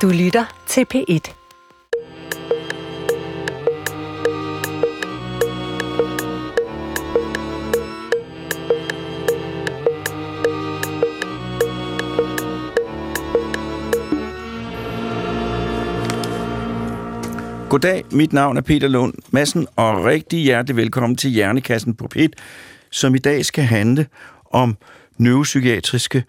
Du lytter til P1. Goddag, mit navn er Peter Lund Madsen, og rigtig hjertelig velkommen til Hjernekassen på P1, som i dag skal handle om neuropsykiatriske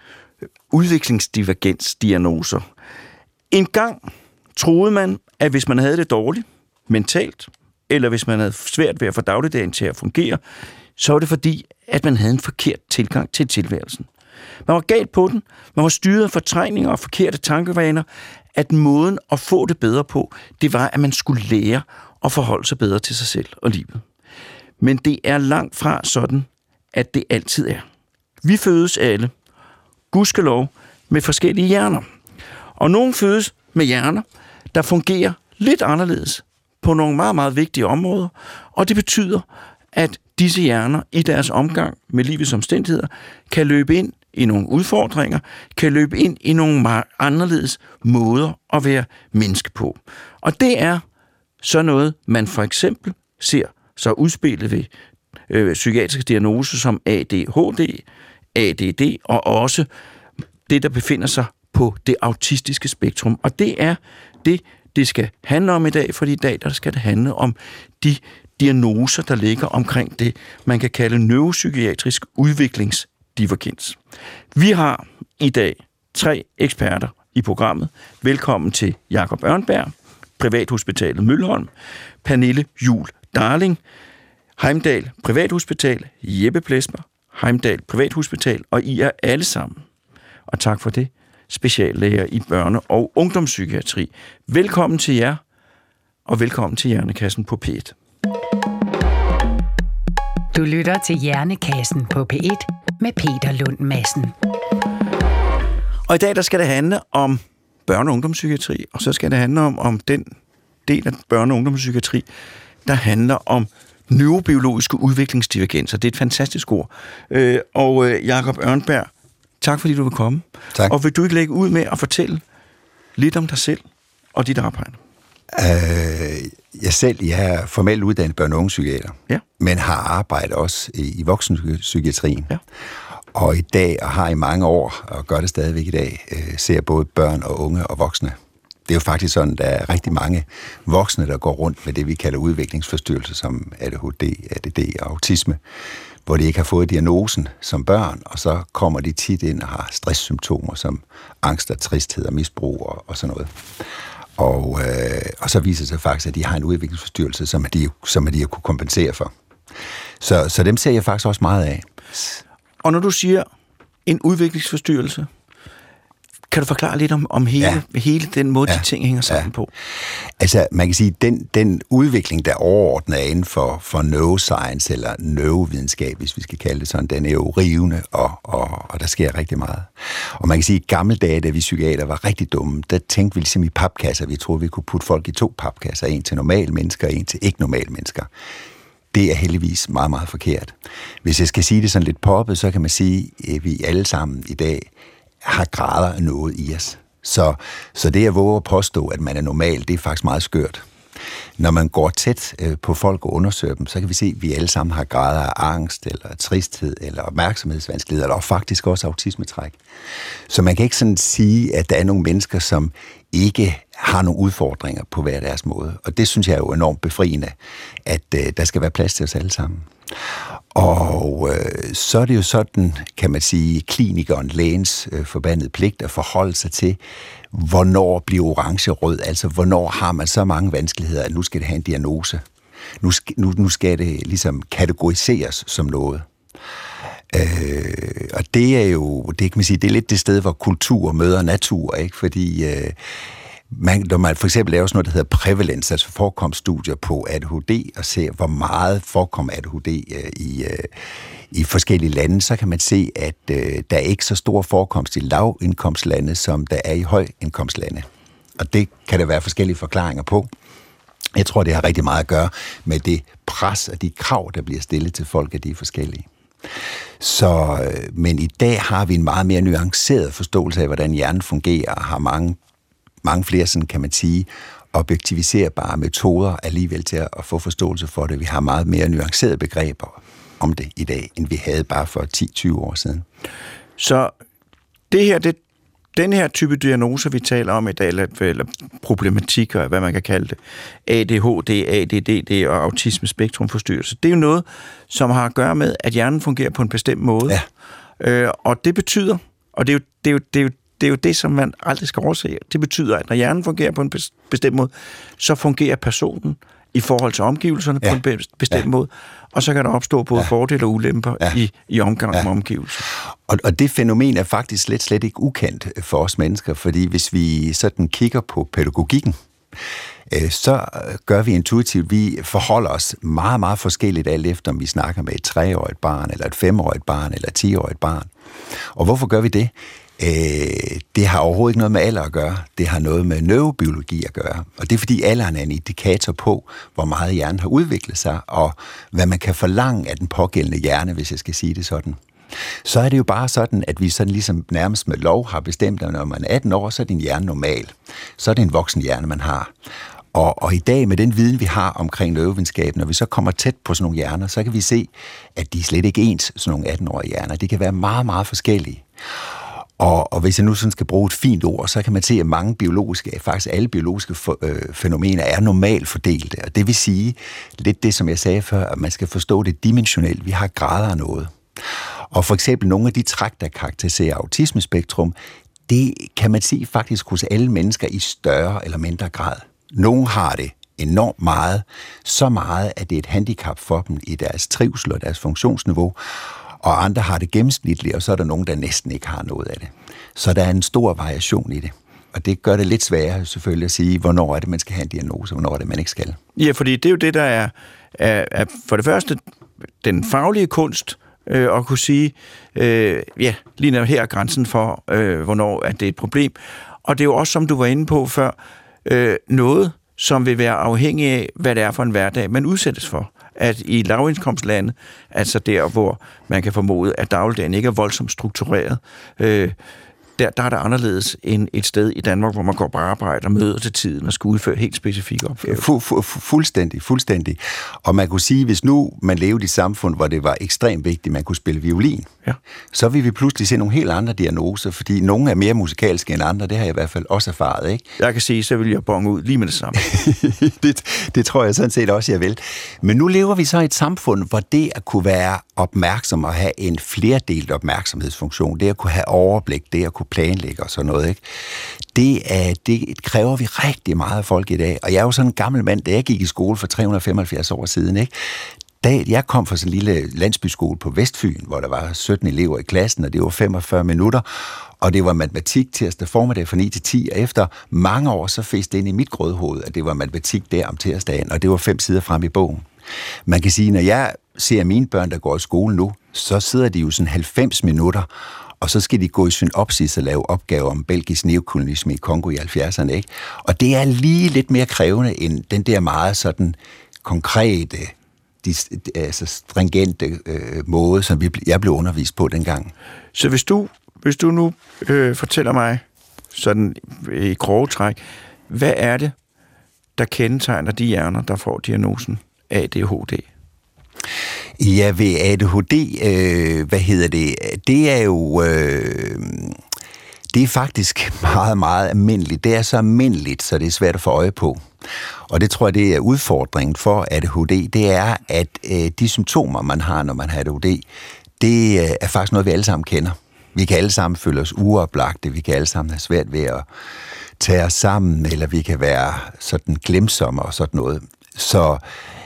udviklingsdivergensdiagnoser. En gang troede man, at hvis man havde det dårligt mentalt, eller hvis man havde svært ved at få dagligdagen til at fungere, så var det fordi, at man havde en forkert tilgang til tilværelsen. Man var galt på den, man var styret af fortrængninger og forkerte tankevaner, at måden at få det bedre på, det var, at man skulle lære at forholde sig bedre til sig selv og livet. Men det er langt fra sådan, at det altid er. Vi fødes alle, gudskelov, med forskellige hjerner. Og nogle fødes med hjerner, der fungerer lidt anderledes på nogle meget, meget vigtige områder, og det betyder, at disse hjerner i deres omgang med livets omstændigheder kan løbe ind i nogle udfordringer, kan løbe ind i nogle meget anderledes måder at være menneske på. Og det er så noget, man for eksempel ser så udspillet ved psykiatriske diagnoser som ADHD, ADD og også det, der befinder sig på det autistiske spektrum. Og det er det skal handle om i dag, for i dag der skal det handle om de diagnoser, der ligger omkring det, man kan kalde neuropsykiatrisk udviklingsdivergens. Vi har i dag 3 eksperter i programmet. Velkommen til Jakob Ørnberg, Privathospitalet Mølholm, Pernille Juhl Darling, Heimdal Privathospital, Jeppe Plesmer, Heimdal Privathospital, og I er alle sammen, og tak for det, speciallæger i børne- og ungdomspsykiatri. Velkommen til jer, og velkommen til Hjernekassen på P1. Du lytter til Hjernekassen på P1 med Peter Lund Madsen. Og i dag der skal det handle om børne- og ungdomspsykiatri, og så skal det handle om den del af børne- og ungdomspsykiatri, der handler om neurobiologiske udviklingsdivergenser. Det er et fantastisk ord. Og Jakob Ørnberg, tak fordi du vil komme. Tak. Og vil du ikke lægge ud med at fortælle lidt om dig selv og dit arbejde? Jeg er formelt uddannet børne- og ungepsykiater, ja, men har arbejdet også i voksenpsykiatrien. Ja. Og i dag, og har i mange år, og gør det stadigvæk i dag, ser både børn og unge og voksne. Det er jo faktisk sådan, at der er rigtig mange voksne, der går rundt med det, vi kalder udviklingsforstyrrelser, som ADHD, ADD og autisme, hvor de ikke har fået diagnosen som børn, og så kommer de tit ind og har stresssymptomer som angst og tristhed og misbrug og sådan noget. Og så viser det sig faktisk, at de har en udviklingsforstyrrelse, som de har kunne kompensere for. Så dem ser jeg faktisk også meget af. Og når du siger en udviklingsforstyrrelse, kan du forklare lidt om hele den måde, de ting hænger sammen på? Altså, man kan sige, den udvikling, der overordnet er inden for neuroscience, eller neurovidenskab, hvis vi skal kalde det sådan, den er jo rivende, og der sker rigtig meget. Og man kan sige, at i gamle dage, da vi psykiater var rigtig dumme, der tænkte vi ligesom i papkasser. Vi troede, vi kunne putte folk i 2 papkasser. En til normale mennesker, og en til ikke normale mennesker. Det er heldigvis meget, meget forkert. Hvis jeg skal sige det sådan lidt poppet, så kan man sige, at vi alle sammen i dag har grader af noget i os. Så det, jeg våger at påstå, at man er normal, det er faktisk meget skørt. Når man går tæt på folk og undersøger dem, så kan vi se, at vi alle sammen har grader af angst, eller tristhed, eller opmærksomhedsvanskeligheder, eller faktisk også autismetræk. Så man kan ikke sådan sige, at der er nogle mennesker, som ikke har nogle udfordringer på hver deres måde. Og det synes jeg er jo enormt befriende, at der skal være plads til os alle sammen. Og så er det jo sådan, kan man sige, klinikeren, lægens forbandede pligt at forholde sig til, hvornår bliver orange-rød, altså hvornår har man så mange vanskeligheder, at nu skal det have en diagnose. Nu skal det ligesom kategoriseres som noget. Og det er jo, det kan man sige, det er lidt det sted, hvor kultur møder natur, ikke? Fordi når man for eksempel laver sådan noget, der hedder prævalens, altså forekomststudier på ADHD, og ser, hvor meget forekommer ADHD i forskellige lande, så kan man se, at der er ikke så stor forekomst i lavindkomstlande, som der er i højindkomstlande. Og det kan der være forskellige forklaringer på. Jeg tror, det har rigtig meget at gøre med det pres og de krav, der bliver stillet til folk, at de er forskellige. Men i dag har vi en meget mere nuanceret forståelse af, hvordan hjernen fungerer, og har mange mange flere, sådan kan man sige, objektiviserbare metoder alligevel til at få forståelse for det. Vi har meget mere nuancerede begreber om det i dag, end vi havde bare for 10-20 år siden. Så den her type diagnoser, vi taler om i dag, eller problematikker, hvad man kan kalde det, ADHD, ADD og autisme-spektrumforstyrrelse, det er jo noget, som har at gøre med, at hjernen fungerer på en bestemt måde. Ja. Og det betyder, og det er jo det, som man aldrig skal overse, det betyder, at når hjernen fungerer på en bestemt måde, så fungerer personen i forhold til omgivelserne på en bestemt måde, og så kan der opstå både fordele og ulemper i omgang med omgivelser. Og det fænomen er faktisk slet ikke ukendt for os mennesker, fordi hvis vi sådan kigger på pædagogikken, så gør vi intuitivt, vi forholder os meget, meget forskelligt alt efter, om vi snakker med et 3-årigt barn, eller et 5-årigt barn, eller et 10-årigt barn. Og hvorfor gør vi det? Det har overhovedet ikke noget med alder at gøre. Det har noget med neurobiologi at gøre. Og det er fordi alderen er en indikator på, hvor meget hjernen har udviklet sig, og hvad man kan forlange af den pågældende hjerne, hvis jeg skal sige det sådan. Så er det jo bare sådan, at vi sådan ligesom nærmest med lov har bestemt, at når man er 18 år, så er din hjerne normal. Så er det en voksen hjerne, man har. Og i dag, med den viden, vi har omkring neurovidenskab, når vi så kommer tæt på sådan nogle hjerner, så kan vi se, at de er slet ikke ens, sådan nogle 18-årige hjerner. De kan være meget, meget forskellige. Og hvis jeg nu sådan skal bruge et fint ord, så kan man se, at mange biologiske, faktisk alle biologiske fænomener er normalt fordelte. Og det vil sige, lidt det, som jeg sagde før, at man skal forstå det dimensionelt. Vi har grader af noget. Og for eksempel nogle af de træk, der karakteriserer autismespektrum, det kan man se faktisk hos alle mennesker i større eller mindre grad. Nogle har det enormt meget, så meget, at det er et handicap for dem i deres trivsel og deres funktionsniveau, og andre har det gennemsnitligt, og så er der nogen, der næsten ikke har noget af det. Så der er en stor variation i det. Og det gør det lidt sværere selvfølgelig at sige, hvornår er det, man skal have en diagnose, og hvornår er det, man ikke skal. Ja, fordi det er jo det, der er for det første den faglige kunst, at kunne sige, lige nu her er grænsen for, hvornår er det et problem. Og det er jo også, som du var inde på før, noget, som vil være afhængig af, hvad det er for en hverdag, man udsættes for. At i lavindkomstlande, altså der, hvor man kan formode, at dagligdagen ikke er voldsomt struktureret, der er der anderledes end et sted i Danmark, hvor man går på arbejde og møder til tiden og skal udføre helt specifikke opgaver. Fuldstændig. Og man kunne sige, hvis nu man levede i et samfund, hvor det var ekstremt vigtigt, at man kunne spille violin, så vil vi pludselig se nogle helt andre diagnoser, fordi nogle er mere musikalske end andre, det har jeg i hvert fald også erfaret, ikke? Jeg kan sige, så vil jeg bonge ud lige med det samme. det tror jeg sådan set også, jeg vil. Men nu lever vi så i et samfund, hvor det at kunne være opmærksom og have en flerdelt opmærksomhedsfunktion, det at kunne have overblik, det at kunne planlægge og sådan noget, ikke? Det kræver vi rigtig meget af folk i dag. Og jeg er jo sådan en gammel mand, da jeg gik i skole for 375 år siden, ikke? Da jeg kom fra sådan en lille landsbyskole på Vestfyn, hvor der var 17 elever i klassen, og det var 45 minutter, og det var matematik tirsdag formiddag fra 9 til 10, og efter mange år, så fæste det ind i mit grødhoved, at det var matematik der om tirsdagen, og det var 5 sider frem i bogen. Man kan sige, når jeg ser mine børn, der går i skole nu, så sidder de jo sådan 90 minutter, og så skal de gå i synopsis og lave opgaver om belgisk neokolonisme i Kongo i 70'erne, ikke? Og det er lige lidt mere krævende end den der meget sådan konkrete, altså stringente måde, som jeg blev undervist på dengang. Så hvis du nu fortæller mig sådan i grove træk, hvad er det, der kendetegner de hjerner, der får diagnosen ADHD? Ja, ved ADHD, det er jo... det er faktisk meget, meget almindeligt. Det er så almindeligt, så det er svært at få øje på. Og det tror jeg, det er udfordringen for ADHD, det er, at de symptomer, man har, når man har ADHD, det er faktisk noget, vi alle sammen kender. Vi kan alle sammen føle os uoplagte, vi kan alle sammen have svært ved at tage os sammen, eller vi kan være sådan glemsomme og sådan noget. Så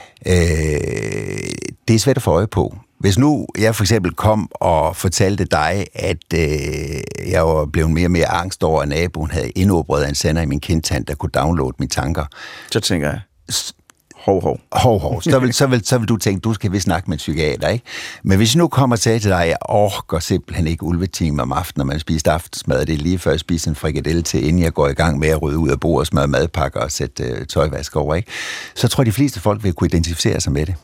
det er svært at få øje på. Hvis nu jeg for eksempel kom og fortalte dig, at jeg var blevet mere og mere angst over, at naboen havde indopereret en sender i min kindtand, der kunne downloade mine tanker. Så tænker jeg, hov. Så vil du tænke, du skal vist snakke med en psykiater, ikke? Men hvis jeg nu kommer og siger til dig, at jeg orker simpelthen ikke ulvetime om aftenen, når man spiser aftensmad, det er lige før jeg spiser en frikadelle til, inden jeg går i gang med at rydde ud af bordet og smøre madpakker og sætte tøjvask over, ikke? Så tror jeg, de fleste folk vil kunne identificere sig med det.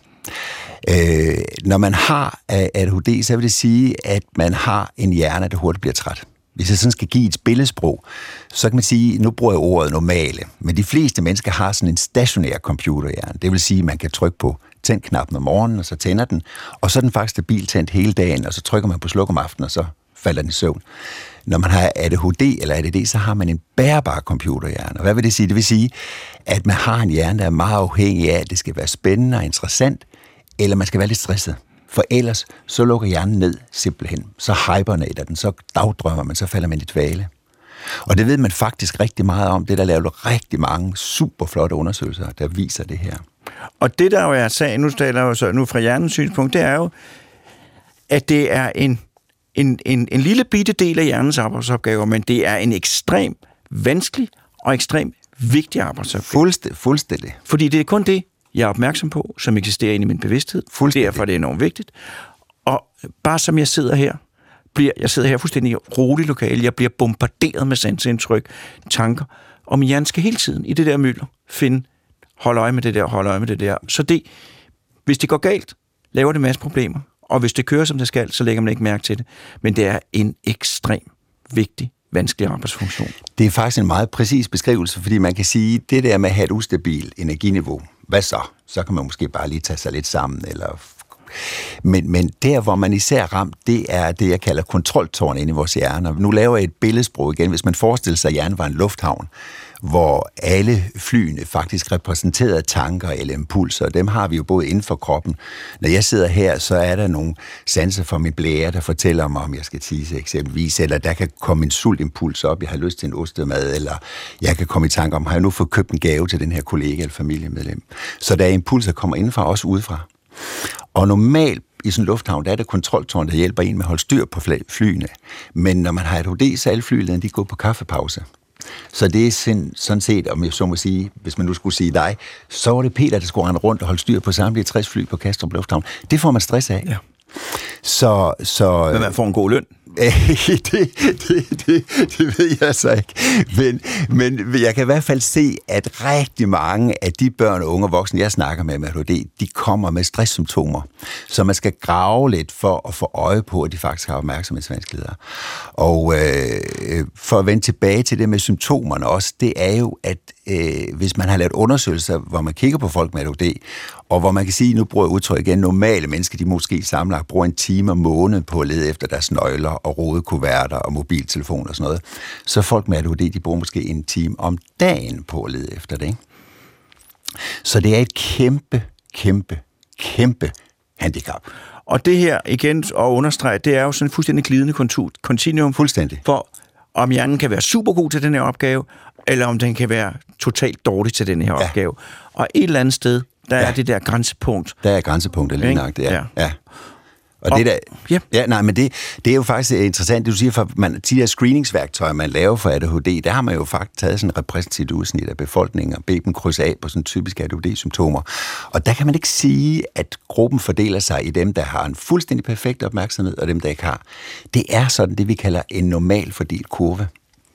Når man har ADHD, så vil det sige, at man har en hjerne, der hurtigt bliver træt. Hvis jeg sådan skal give et billedsprog, så kan man sige, nu bruger jeg ordet normale, men de fleste mennesker har sådan en stationær computerhjerne. Det vil sige, at man kan trykke på tændknappen om morgenen, og så tænder den, og så er den faktisk stabilt tændt hele dagen, og så trykker man på sluk om aftenen, og så falder den i søvn. Når man har ADHD eller ADD, så har man en bærbar computerhjerne. Og hvad vil det sige? Det vil sige, at man har en hjerne, der er meget afhængig af, at det skal være spændende og interessant, eller man skal være lidt stresset. For ellers, så lukker hjernen ned simpelthen. Så hibernater den, så dagdrømmer man, så falder man i dvale. Og det ved man faktisk rigtig meget om. Det der lavet rigtig mange superflotte undersøgelser, der viser det her. Og det der jo er sagen, nu taler jeg jo så nu fra hjernens synspunkt, det er jo, at det er en lille bitte del af hjernens arbejdsopgaver, men det er en ekstrem vanskelig og ekstrem vigtig arbejdsopgave. Fuldstændig. Fordi det er kun det, jeg er opmærksom på, som eksisterer inde i min bevidsthed. Derfor er det enormt vigtigt. Og bare som jeg sidder her fuldstændig i rolig lokale, jeg bliver bombarderet med sanseindtryk, tanker, og min hjerne skal hele tiden i det der mylder holde øje med det der. Så hvis det går galt, laver det en masse problemer. Og hvis det kører, som det skal, så lægger man ikke mærke til det. Men det er en ekstrem vigtig, vanskelig arbejdsfunktion. Det er faktisk en meget præcis beskrivelse, fordi man kan sige, det der med at have et ustabilt energiniveau, hvad så? Så kan man måske bare lige tage sig lidt sammen, eller... Men der, hvor man især ramt, det er det, jeg kalder kontroltårn inde i vores hjerne. Nu laver jeg et billedsprog igen. Hvis man forestiller sig, at hjernen var en lufthavn, hvor alle flyene faktisk repræsenterede tanker eller impulser, dem har vi jo både inden for kroppen. Når jeg sidder her, så er der nogle sanser for min blære, der fortæller mig, om jeg skal tisse eksempelvis, eller der kan komme en sultimpuls op, jeg har lyst til en ostemad, eller jeg kan komme i tanke om, har jeg nu fået købt en gave til den her kollega eller familiemedlem. Så der er impulser, der kommer indenfra, også udefra. Og normalt i sådan en lufthavn, der er det kontroltårn, der hjælper en med at holde styr på flyene. Men når man har ADHD, så er alle flylederne, de går på kaffepause. Så det er sådan set, om jeg så må sige, hvis man nu skulle sige dig, så var det Peter, der skulle rende rundt og holde styr på samtlige 60 fly på Kastrup Lufthavn. Det får man stress af. Ja. Så men man får en god løn. Det ved jeg så ikke. Men jeg kan i hvert fald se, at rigtig mange af de børn og unge og voksne, jeg snakker med ADHD, de kommer med stresssymptomer. Så man skal grave lidt for at få øje på, at de faktisk har opmærksomhedsvanskeligheder. Og for at vende tilbage til det med symptomerne også, det er jo, at hvis man har lavet undersøgelser, hvor man kigger på folk med ADHD, og hvor man kan sige, nu bruger jeg udtryk igen, normale mennesker, de måske sammenlagt bruger en time om måneden på at lede efter deres nøgler og rode kuverter og mobiltelefoner og sådan noget. Så folk med ADHD, de bruger måske en time om dagen på at lede efter det, ikke? Så det er et kæmpe handicap. Og det her, igen at understrege, det er jo sådan en fuldstændig glidende kontinuum. Fuldstændig. For om hjernen kan være super god til den her opgave, eller om den kan være totalt dårlig til den her opgave. Og et eller andet sted, der er det der grænsepunkt. Der er grænsepunktet lige nok, det er. Ja. Og det der, men det er jo faktisk interessant, det du siger, for de der screeningsværktøjer, man laver for ADHD, der har man jo faktisk taget sådan en repræsentativt udsnit af befolkningen og bedt dem krydse af på sådan typiske ADHD-symptomer. Og der kan man ikke sige, at gruppen fordeler sig i dem, der har en fuldstændig perfekt opmærksomhed, og dem, der ikke har. Det er sådan det, vi kalder en normal fordelt kurve.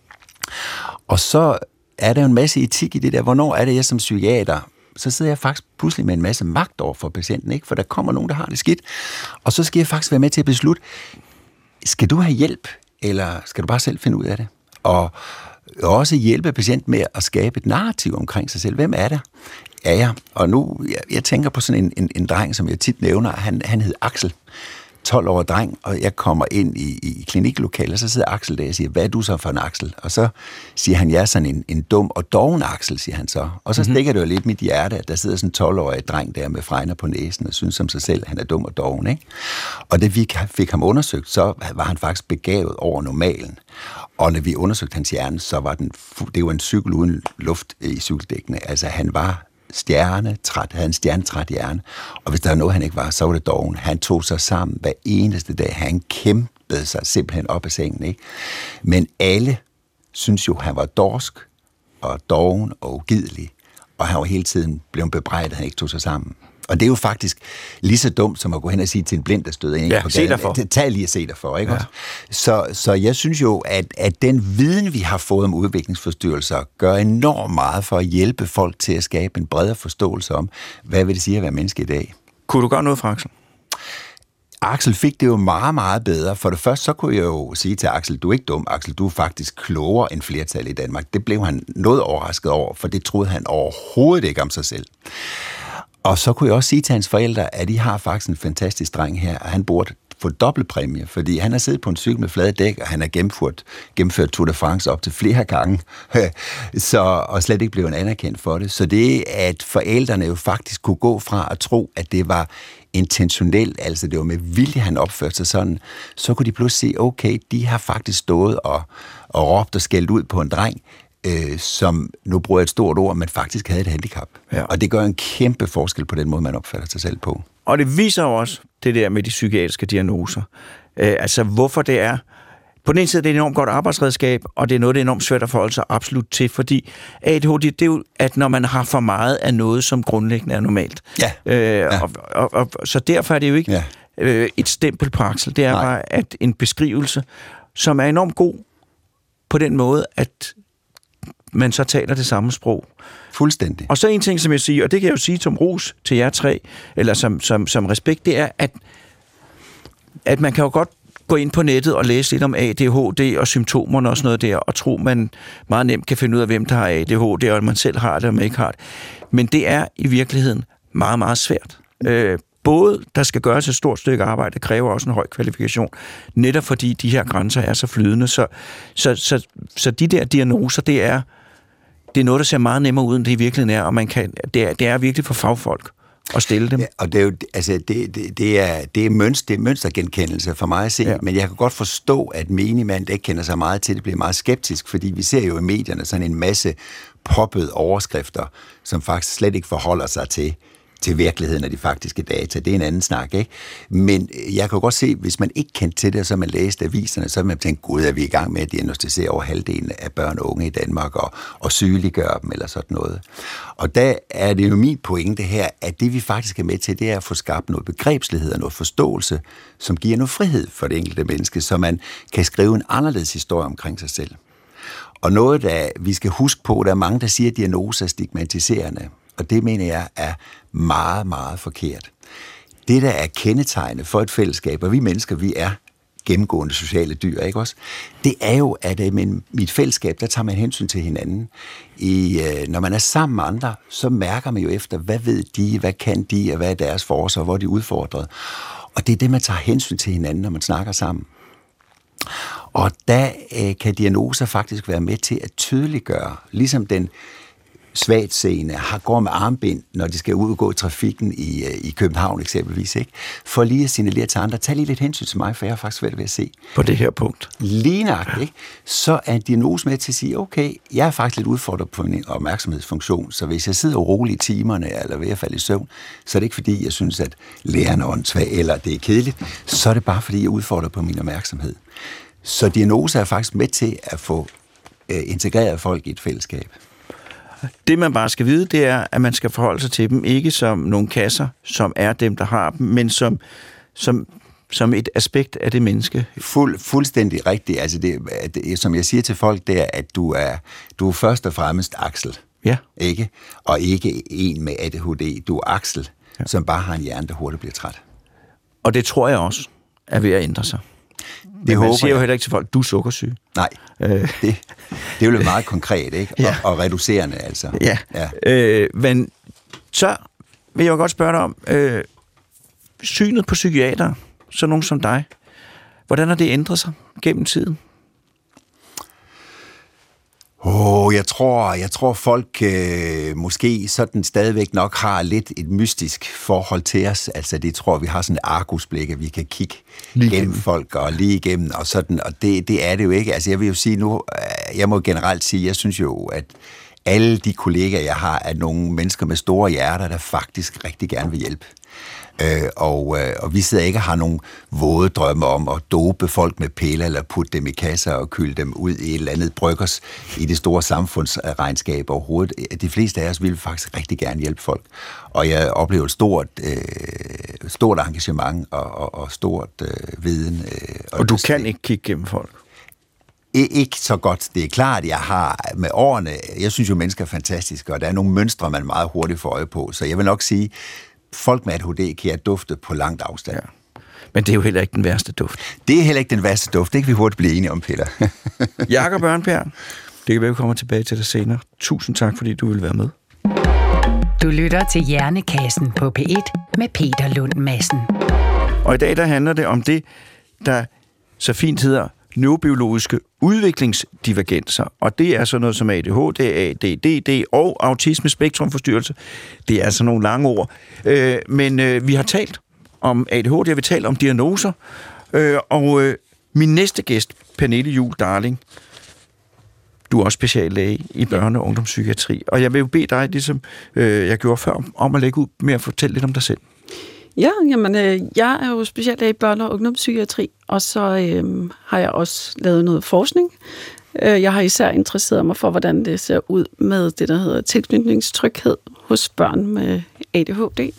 Og så er der en masse etik i det der. Hvornår er det, jeg som psykiater, så sidder jeg faktisk pludselig med en masse magt over for patienten, ikke? For der kommer nogen, der har det skidt. Og så skal jeg faktisk være med til at beslutte, skal du have hjælp, eller skal du bare selv finde ud af det? Og også hjælpe patienten med at skabe et narrativ omkring sig selv. Hvem er der? Er jeg? Og nu, jeg tænker på sådan en dreng, som jeg tit nævner, han hed Axel. 12-årig dreng, og jeg kommer ind i kliniklokalet, og så sidder Axel der og siger, hvad er du så for en Axel? Og så siger han, jeg er sådan en dum og doven Axel, siger han så. Og så stikker det jo lidt mit hjerte, at der sidder sådan en 12-årig dreng der med fregner på næsen, og synes om sig selv, at han er dum og doven, ikke? Og da vi fik ham undersøgt, så var han faktisk begavet over normalen. Og når vi undersøgte hans hjerne, så var det var en cykel uden luft i cykeldækkene. Altså han var stjernetræt, havde en stjernetræt hjerne, og hvis der var noget, han ikke var, så var det doven. Han tog sig sammen hver eneste dag. Han kæmpede sig simpelthen op af sengen, ikke? Men alle synes jo, han var dorsk og doven og ugidelig, og han var hele tiden blevet bebrejdet, at han ikke tog sig sammen. Og det er jo faktisk lige så dumt, som at gå hen og sige til en blind, der støder ind på gaden. Tag lige at se dig for, ikke også? Så jeg synes jo, at den viden, vi har fået om udviklingsforstyrrelser, gør enormt meget for at hjælpe folk til at skabe en bredere forståelse om, hvad vil det sige at være menneske i dag. Kunne du gøre noget, Axel? Axel fik det jo meget, meget bedre. For det første, så kunne jeg jo sige til Axel, du er ikke dum, Axel, du er faktisk klogere end flertal i Danmark. Det blev han noget overrasket over, for det troede han overhovedet ikke om sig selv. Og så kunne jeg også sige til hans forældre, at de har faktisk en fantastisk dreng her, og han burde få dobbeltpræmie, fordi han har siddet på en cykel med flade dæk, og han har gennemført Tour de France op til flere gange, og slet ikke blevet anerkendt for det. Så det, at forældrene jo faktisk kunne gå fra at tro, at det var intentionelt, altså det var med vilje, han opførte sig sådan, så kunne de pludselig se, okay, de har faktisk stået og råbt og skældt ud på en dreng, som, nu bruger jeg et stort ord, men faktisk havde et handicap. Ja. Og det gør en kæmpe forskel på den måde, man opfatter sig selv på. Og det viser også det der med de psykiatriske diagnoser. Altså hvorfor det er. På den ene side det er et enormt godt arbejdsredskab, og det er noget, det er enormt svært at forholde sig absolut til, fordi ADHD, det er jo, at når man har for meget af noget, som grundlæggende er normalt. Ja. Så derfor er det jo ikke et stempel på Axel. Det er bare at en beskrivelse, som er enormt god på den måde, at man så taler det samme sprog. Fuldstændig. Og så en ting, som jeg siger, og det kan jeg jo sige som ros til jer tre, eller som respekt, det er, at man kan jo godt gå ind på nettet og læse lidt om ADHD og symptomerne og sådan noget der, og tro, man meget nemt kan finde ud af, hvem der har ADHD, og man selv har det, og man ikke har det. Men det er i virkeligheden meget, meget svært. Både der skal gøres et stort stykke arbejde, det kræver også en høj kvalifikation, netop fordi de her grænser er så flydende. Så de der diagnoser, det er noget, der ser meget nemmere ud, end det i virkeligheden er, og det er virkelig for fagfolk at stille dem. Ja, og det er jo, altså, det er mønstergenkendelse for mig at se, men jeg kan godt forstå, at menigmand, der ikke kender sig meget til det, bliver meget skeptisk, fordi vi ser jo i medierne sådan en masse poppede overskrifter, som faktisk slet ikke forholder sig til virkeligheden af de faktiske data. Det er en anden snak, ikke? Men jeg kan godt se, hvis man ikke kendte til det, og så man læste aviserne, så vil man tænke, gud, er vi i gang med at diagnostisere over halvdelen af børn og unge i Danmark, og sygeliggøre dem, eller sådan noget. Og der er det jo min pointe her, at det vi faktisk er med til, det er at få skabt noget begrebslighed og noget forståelse, som giver noget frihed for det enkelte menneske, så man kan skrive en anderledes historie omkring sig selv. Og noget, der vi skal huske på, der er mange, der siger, at diagnoser er stigmatiserende. Og det mener jeg er meget, meget forkert. Det, der er kendetegnet for et fællesskab, og vi mennesker, vi er gennemgående sociale dyr, ikke også? Det er jo, at i et fællesskab, der tager man hensyn til hinanden. Når man er sammen med andre, så mærker man jo efter, hvad ved de, hvad kan de, og hvad er deres forårsager, hvor de er udfordret. Og det er det, man tager hensyn til hinanden, når man snakker sammen. Og der kan diagnoser faktisk være med til at tydeliggøre, ligesom den svagtseende går med armbind, når de skal ud og gå i trafikken i København eksempelvis, ikke? For lige at signalere til andre, tag lige lidt hensyn til mig, for jeg har faktisk svært ved at se. På det her punkt. Lige nøjagtigt, ikke? Så er en diagnose med til at sige, okay, jeg er faktisk lidt udfordret på min opmærksomhedsfunktion, så hvis jeg sidder roligt i timerne, eller ved at falde i søvn, så er det ikke fordi, jeg synes, at læreren er åndssvag, eller det er kedeligt, så er det bare fordi, jeg er udfordret på min opmærksomhed. Så diagnoser er faktisk med til at få integreret folk i et fællesskab. Det, man bare skal vide, det er, at man skal forholde sig til dem, ikke som nogle kasser, som er dem, der har dem, men som et aspekt af det menneske. Fuldstændig rigtigt. Altså det, som jeg siger til folk, det er, at du er først og fremmest Axel. Ja. Ikke? Og ikke en med ADHD. Du er Axel, som bare har en hjerne, der hurtigt bliver træt. Og det tror jeg også er ved at ændre sig. Men man siger jo heller ikke til folk, du er sukkersyg. Nej, det er jo meget konkret, ikke? Ja. Og reducerende, altså. Ja. Men så vil jeg jo godt spørge dig om synet på psykiater, så nogen som dig. Hvordan har det ændret sig gennem tiden? Jeg tror folk måske sådan stadigvæk nok har lidt et mystisk forhold til os. Altså det tror vi har sådan et argusblik, at vi kan kigge gennem folk og lige igennem og sådan, og det er det jo ikke. Altså jeg vil jo sige nu, jeg må generelt sige, jeg synes jo, at alle de kollegaer, jeg har, er nogle mennesker med store hjerter, der faktisk rigtig gerne vil hjælpe. Og vi sidder ikke og har nogen våde drømme om at dope folk med piller, eller putte dem i kasser og kylde dem ud i et eller andet bryggers i det store samfundsregnskab overhovedet. De fleste af os vil faktisk rigtig gerne hjælpe folk. Og jeg oplever et stort engagement og stort viden. Og du kan ikke kigge gennem folk? Ikke så godt. Det er klart, jeg har med årene, jeg synes jo, mennesker er fantastiske, og der er nogle mønstre, man meget hurtigt får øje på. Så jeg vil nok sige, folk med ADHD kan jeg dufte på langt afstand. Ja. Men det er jo heller ikke den værste duft. Det er heller ikke den værste duft. Det kan vi hurtigt blive enige om, Peter. Jakob Ørnbjerg, det kan være, vi kommer tilbage til dig senere. Tusind tak, fordi du vil være med. Du lytter til Hjernekassen på P1 med Peter Lund Madsen. Og i dag der handler det om det, der så fint hedder neurobiologiske udviklingsdivergenser. Og det er sådan noget som ADHD, ADD og autisme-spektrumforstyrrelse. Det er altså nogle lange ord. Men vi har talt om ADHD, og vi talt om diagnoser. Og min næste gæst, Pernille Juhl Darling, du er også speciallæge i børne- og ungdomspsykiatri. Og jeg vil jo bede dig, ligesom jeg gjorde før, om at lægge ud med at fortælle lidt om dig selv. Ja, jamen, jeg er jo speciallæge i børne- og ungdomspsykiatri, og så har jeg også lavet noget forskning. Jeg har især interesseret mig for, hvordan det ser ud med det, der hedder tilknytningstryghed hos børn med ADHD.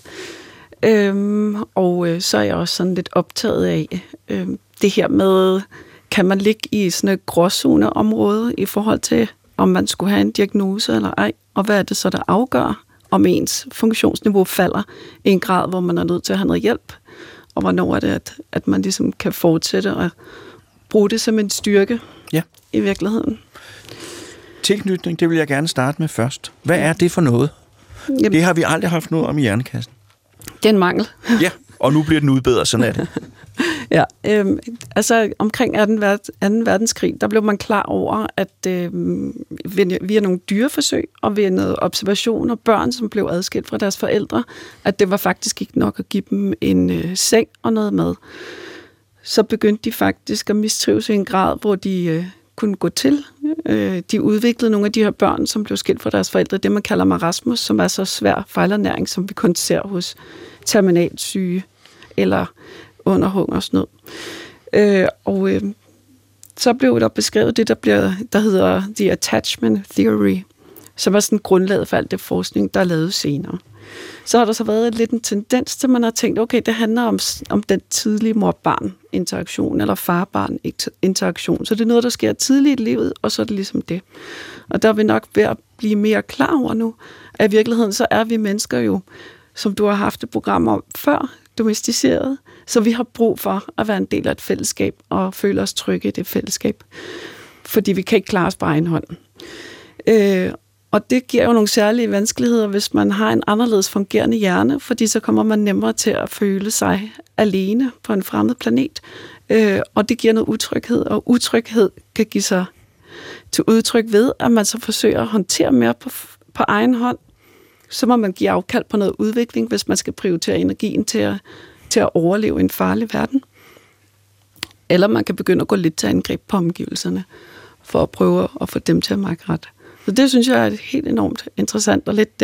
Og så er jeg også sådan lidt optaget af det her med, kan man ligge i sådan et gråzoneområde i forhold til, om man skulle have en diagnose eller ej, og hvad er det så, der afgør, om ens funktionsniveau falder i en grad, hvor man er nødt til at have noget hjælp, og hvornår er det, at man ligesom kan fortsætte og bruge det som en styrke i virkeligheden. Tilknytning, det vil jeg gerne starte med først. Hvad er det for noget? Jamen, det har vi aldrig haft noget om i Hjernekassen. Det er en mangel. Ja, og nu bliver den udbedret, sådan er det. Ja, altså omkring 2. verdenskrig, der blev man klar over, at via nogle dyreforsøg og ved noget observation af børn, som blev adskilt fra deres forældre, at det var faktisk ikke nok at give dem en seng og noget mad. Så begyndte de faktisk at mistrives i en grad, hvor de kunne gå til. De udviklede nogle af de her børn, som blev skilt fra deres forældre, det man kalder marasmus, som er så svær fejlernæring, som vi kun ser hos terminalsyge eller under hungersnød. Så blev der beskrevet det, der hedder The Attachment Theory, som var sådan grundlaget for alt det forskning, der er lavet senere. Så har der så været lidt en tendens til, at man har tænkt, okay, det handler om den tidlige mor-barn-interaktion, eller far-barn-interaktion. Så det er noget, der sker tidligt i livet, og så er det ligesom det. Og der er vi nok ved at blive mere klar over nu, at i virkeligheden så er vi mennesker jo, som du har haft et program om før, domesticeret, så vi har brug for at være en del af et fællesskab og føle os trygge i det fællesskab. Fordi vi kan ikke klare os på egen hånd. Og det giver jo nogle særlige vanskeligheder, hvis man har en anderledes fungerende hjerne, fordi så kommer man nemmere til at føle sig alene på en fremmed planet. Og det giver noget utryghed, og utryghed kan give sig til udtryk ved, at man så forsøger at håndtere mere på egen hånd. Så må man give afkald på noget udvikling, hvis man skal prioritere energien til at overleve en farlig verden. Eller man kan begynde at gå lidt til angreb på omgivelserne, for at prøve at få dem til at mærke ret. Så det synes jeg er helt enormt interessant, og lidt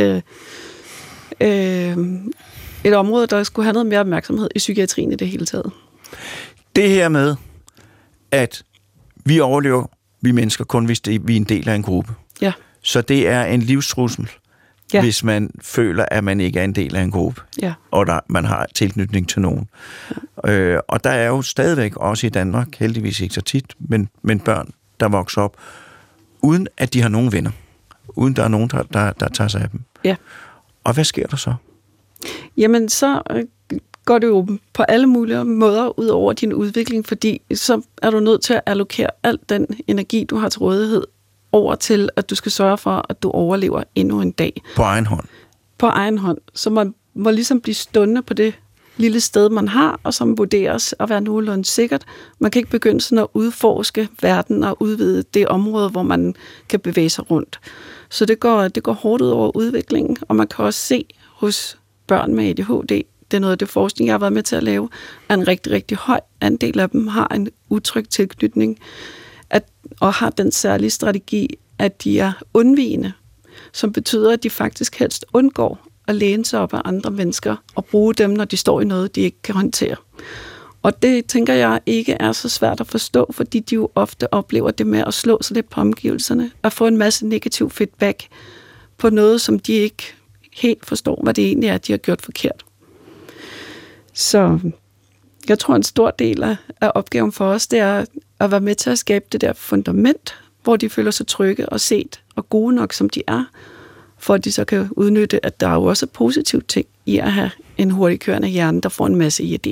et område, der skulle have noget mere opmærksomhed i psykiatrien i det hele taget. Det her med, at vi overlever, vi mennesker, kun hvis vi er en del af en gruppe. Ja. Så det er en livstrussel, hvis man føler, at man ikke er en del af en gruppe, og man har tilknytning til nogen. Ja. Og der er jo stadigvæk, også i Danmark, heldigvis ikke så tit, men børn, der vokser op, uden at de har nogen venner. Uden der er nogen, der tager sig af dem. Ja. Og hvad sker der så? Jamen, så går det jo på alle mulige måder ud over din udvikling, fordi så er du nødt til at allokere al den energi, du har til rådighed, over til, at du skal sørge for, at du overlever endnu en dag. På egen hånd? På egen hånd. Så man må ligesom blive stående på det lille sted, man har, og som vurderes at være nogenlunde sikkert. Man kan ikke begynde sådan at udforske verden og udvide det område, hvor man kan bevæge sig rundt. Så det går hårdt ud over udviklingen, og man kan også se hos børn med ADHD, det er noget af det forskning, jeg har været med til at lave, at en rigtig, rigtig høj andel af dem har en utryg tilknytning, og har den særlige strategi, at de er undvigende, som betyder, at de faktisk helst undgår at læne sig op af andre mennesker og bruge dem, når de står i noget, de ikke kan håndtere. Og det tænker jeg ikke er så svært at forstå, fordi de jo ofte oplever det med at slå sig lidt på omgivelserne, at få en masse negativ feedback på noget, som de ikke helt forstår, hvad det egentlig er, de har gjort forkert. Så jeg tror, en stor del af opgaven for os, det er at være med til at skabe det der fundament, hvor de føler sig trygge og set og gode nok, som de er, for at de så kan udnytte, at der er jo også positive ting i at have en hurtigkørende hjerne, der får en masse idéer.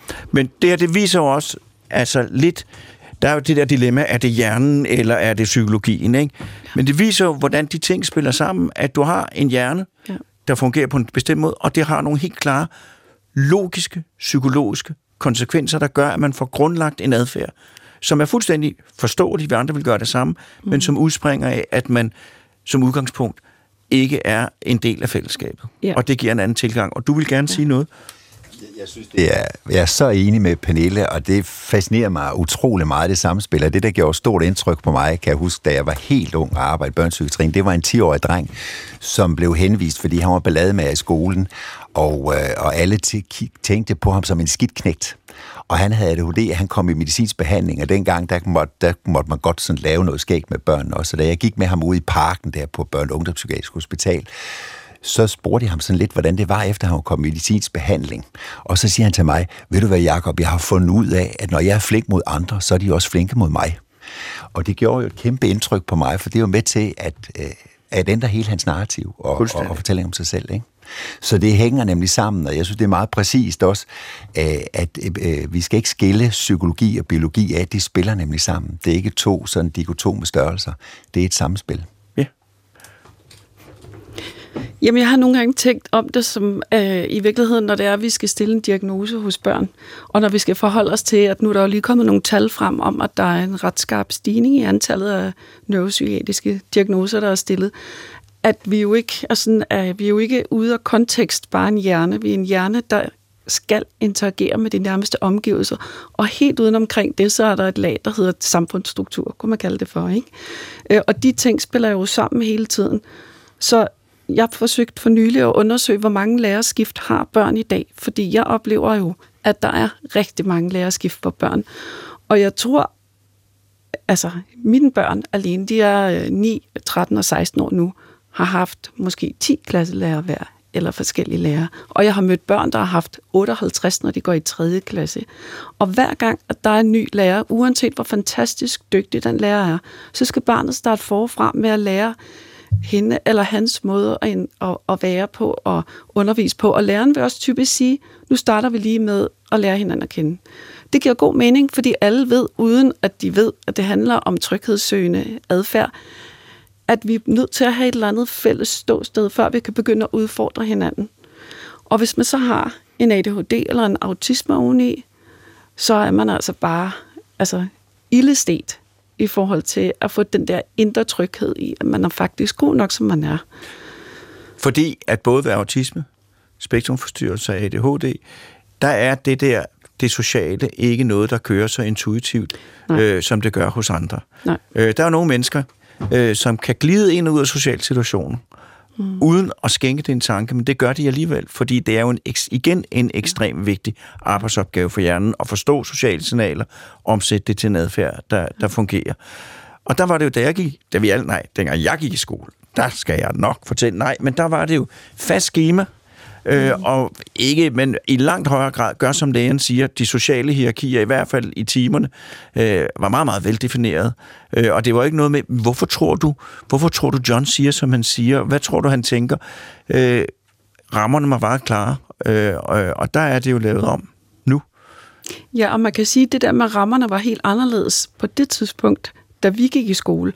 Men det viser jo også altså lidt, der er jo det der dilemma, er det hjernen, eller er det psykologien, ikke? Men det viser jo, hvordan de ting spiller sammen, at du har en hjerne, der fungerer på en bestemt måde, og det har nogle helt klare logiske, psykologiske konsekvenser, der gør, at man får grundlagt en adfærd, som er fuldstændig forståelig, vi andre vil gøre det samme, men som udspringer af, at man som udgangspunkt ikke er en del af fællesskabet. Ja. Og det giver en anden tilgang. Og du vil gerne sige noget? Jeg synes, jeg er så enig med Pernille, og det fascinerer mig utrolig meget, det samspil. Og det, der gjorde stort indtryk på mig, kan jeg huske, da jeg var helt ung og arbejdede i børnepsykiatrien, det var en 10-årig dreng, som blev henvist, fordi han var ballademager i skolen, og alle tænkte på ham som en skidtknægt. Og han havde ADHD, han kom i medicinsk behandling, og dengang, der måtte man godt sådan lave noget skægt med børn også. Så da jeg gik med ham ud i parken der på Børne- og Ungdomspsykiatrisk Hospital, så spurgte jeg ham sådan lidt, hvordan det var, efter han kom i medicinsk behandling. Og så siger han til mig, ved du hvad, Jacob, jeg har fundet ud af, at når jeg er flink mod andre, så er de også flinke mod mig. Og det gjorde jo et kæmpe indtryk på mig, for det er jo med til at ændre hele hans narrativ og fortælling om sig selv, ikke? Så det hænger nemlig sammen, og jeg synes, det er meget præcist også, at vi skal ikke skille psykologi og biologi af, de spiller nemlig sammen. Det er ikke to sådan dikotome størrelser, det er et samspil. Ja. Jamen, jeg har nogle gange tænkt om det som i virkeligheden, når det er, at vi skal stille en diagnose hos børn, og når vi skal forholde os til, at nu er der jo lige kommet nogle tal frem om, at der er en ret skarp stigning i antallet af neuropsykiatriske diagnoser, der er stillet, at vi jo ikke er sådan, vi er jo ikke ude af kontekst bare en hjerne. Vi er en hjerne, der skal interagere med de nærmeste omgivelser. Og helt uden omkring det, så er der et lag, der hedder samfundsstruktur, kunne man kalde det for, ikke? Og de ting spiller jo sammen hele tiden. Så jeg har forsøgt for nylig at undersøge, hvor mange lærerskift har børn i dag. Fordi jeg oplever jo, at der er rigtig mange lærerskift for børn. Og jeg tror, altså mine børn alene, de er 9, 13 og 16 år nu, har haft måske 10 klasselærer hver, eller forskellige lærere. Og jeg har mødt børn, der har haft 58, når de går i 3. klasse. Og hver gang, at der er en ny lærer, uanset hvor fantastisk dygtig den lærer er, så skal barnet starte forfra med at lære hende eller hans måde at være på og undervise på. Og læreren vil også typisk sige, nu starter vi lige med at lære hinanden at kende. Det giver god mening, fordi alle ved, uden at de ved, at det handler om tryghedssøgende adfærd, at vi er nødt til at have et eller andet fælles ståsted, før vi kan begynde at udfordre hinanden. Og hvis man så har en ADHD eller en autisme oveni, så er man altså bare ildestet i forhold til at få den der indre tryghed i, at man er faktisk god nok, som man er. Fordi at både ved autisme, spektrumforstyrrelse og ADHD, der er det sociale ikke noget, der kører så intuitivt, som det gør hos andre. Der er nogle mennesker, som kan glide ind og ud af sociale situationer, uden at skænke det en tanke, men det gør de alligevel, fordi det er jo en ekstremt vigtig arbejdsopgave for hjernen at forstå sociale signaler, omsætte det til en adfærd, der fungerer. Og der var det jo, dengang jeg gik i skole, der skal jeg nok fortælle, men der var det jo fast schema, og ikke, men i langt højere grad gør, som lægen siger, de sociale hierarkier, i hvert fald i timerne, var meget, meget veldefineret. Og det var ikke noget med, hvorfor tror du John siger, som han siger? Hvad tror du, han tænker? Rammerne var bare klare, og der er det jo lavet om nu. Ja, og man kan sige, at det der med rammerne var helt anderledes på det tidspunkt, da vi gik i skole.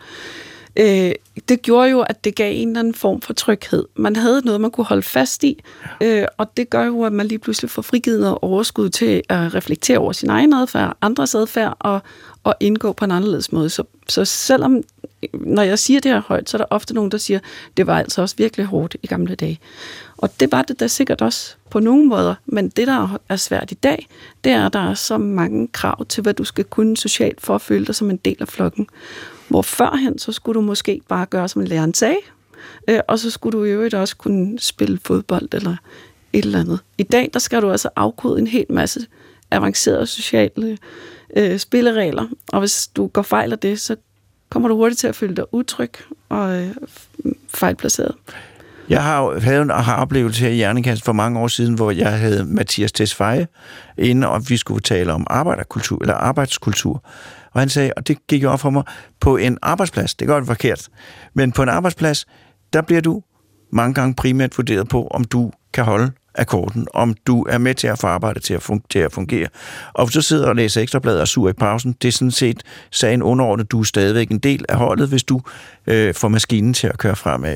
Det gjorde jo, at det gav en eller anden form for tryghed. Man havde noget, man kunne holde fast i, og det gør jo, at man lige pludselig får frigivet noget overskud til at reflektere over sin egen adfærd, andres adfærd og indgå på en anderledes måde. Så selvom, når jeg siger det her højt, så er der ofte nogen, der siger, det var altså også virkelig hårdt i gamle dage. Og det var det da sikkert også på nogle måder, men det, der er svært i dag, det er, at der er så mange krav til, hvad du skal kunne socialt for at føle dig som en del af flokken. Hvor førhen, så skulle du måske bare gøre, som læreren sagde, og så skulle du i øvrigt også kunne spille fodbold eller et eller andet. I dag, der skal du altså afkode en hel masse avancerede sociale spilleregler, og hvis du går fejl af det, så kommer du hurtigt til at føle dig utryg og fejlplaceret. Jeg har oplevelse her i Hjernekassen for mange år siden, hvor jeg havde Mathias Tesfaye inde, og vi skulle tale om arbejdskultur. Og han sagde, og det gik jo op for mig, på en arbejdsplads, det er godt forkert, men på en arbejdsplads, der bliver du mange gange primært vurderet på, om du kan holde akkorden, om du er med til at få arbejdet til at fungere. Og hvis du sidder og læser Ekstrabladet og sur i pausen, det er sådan set sagen underordnet, du er stadigvæk en del af holdet, hvis du får maskinen til at køre fremad.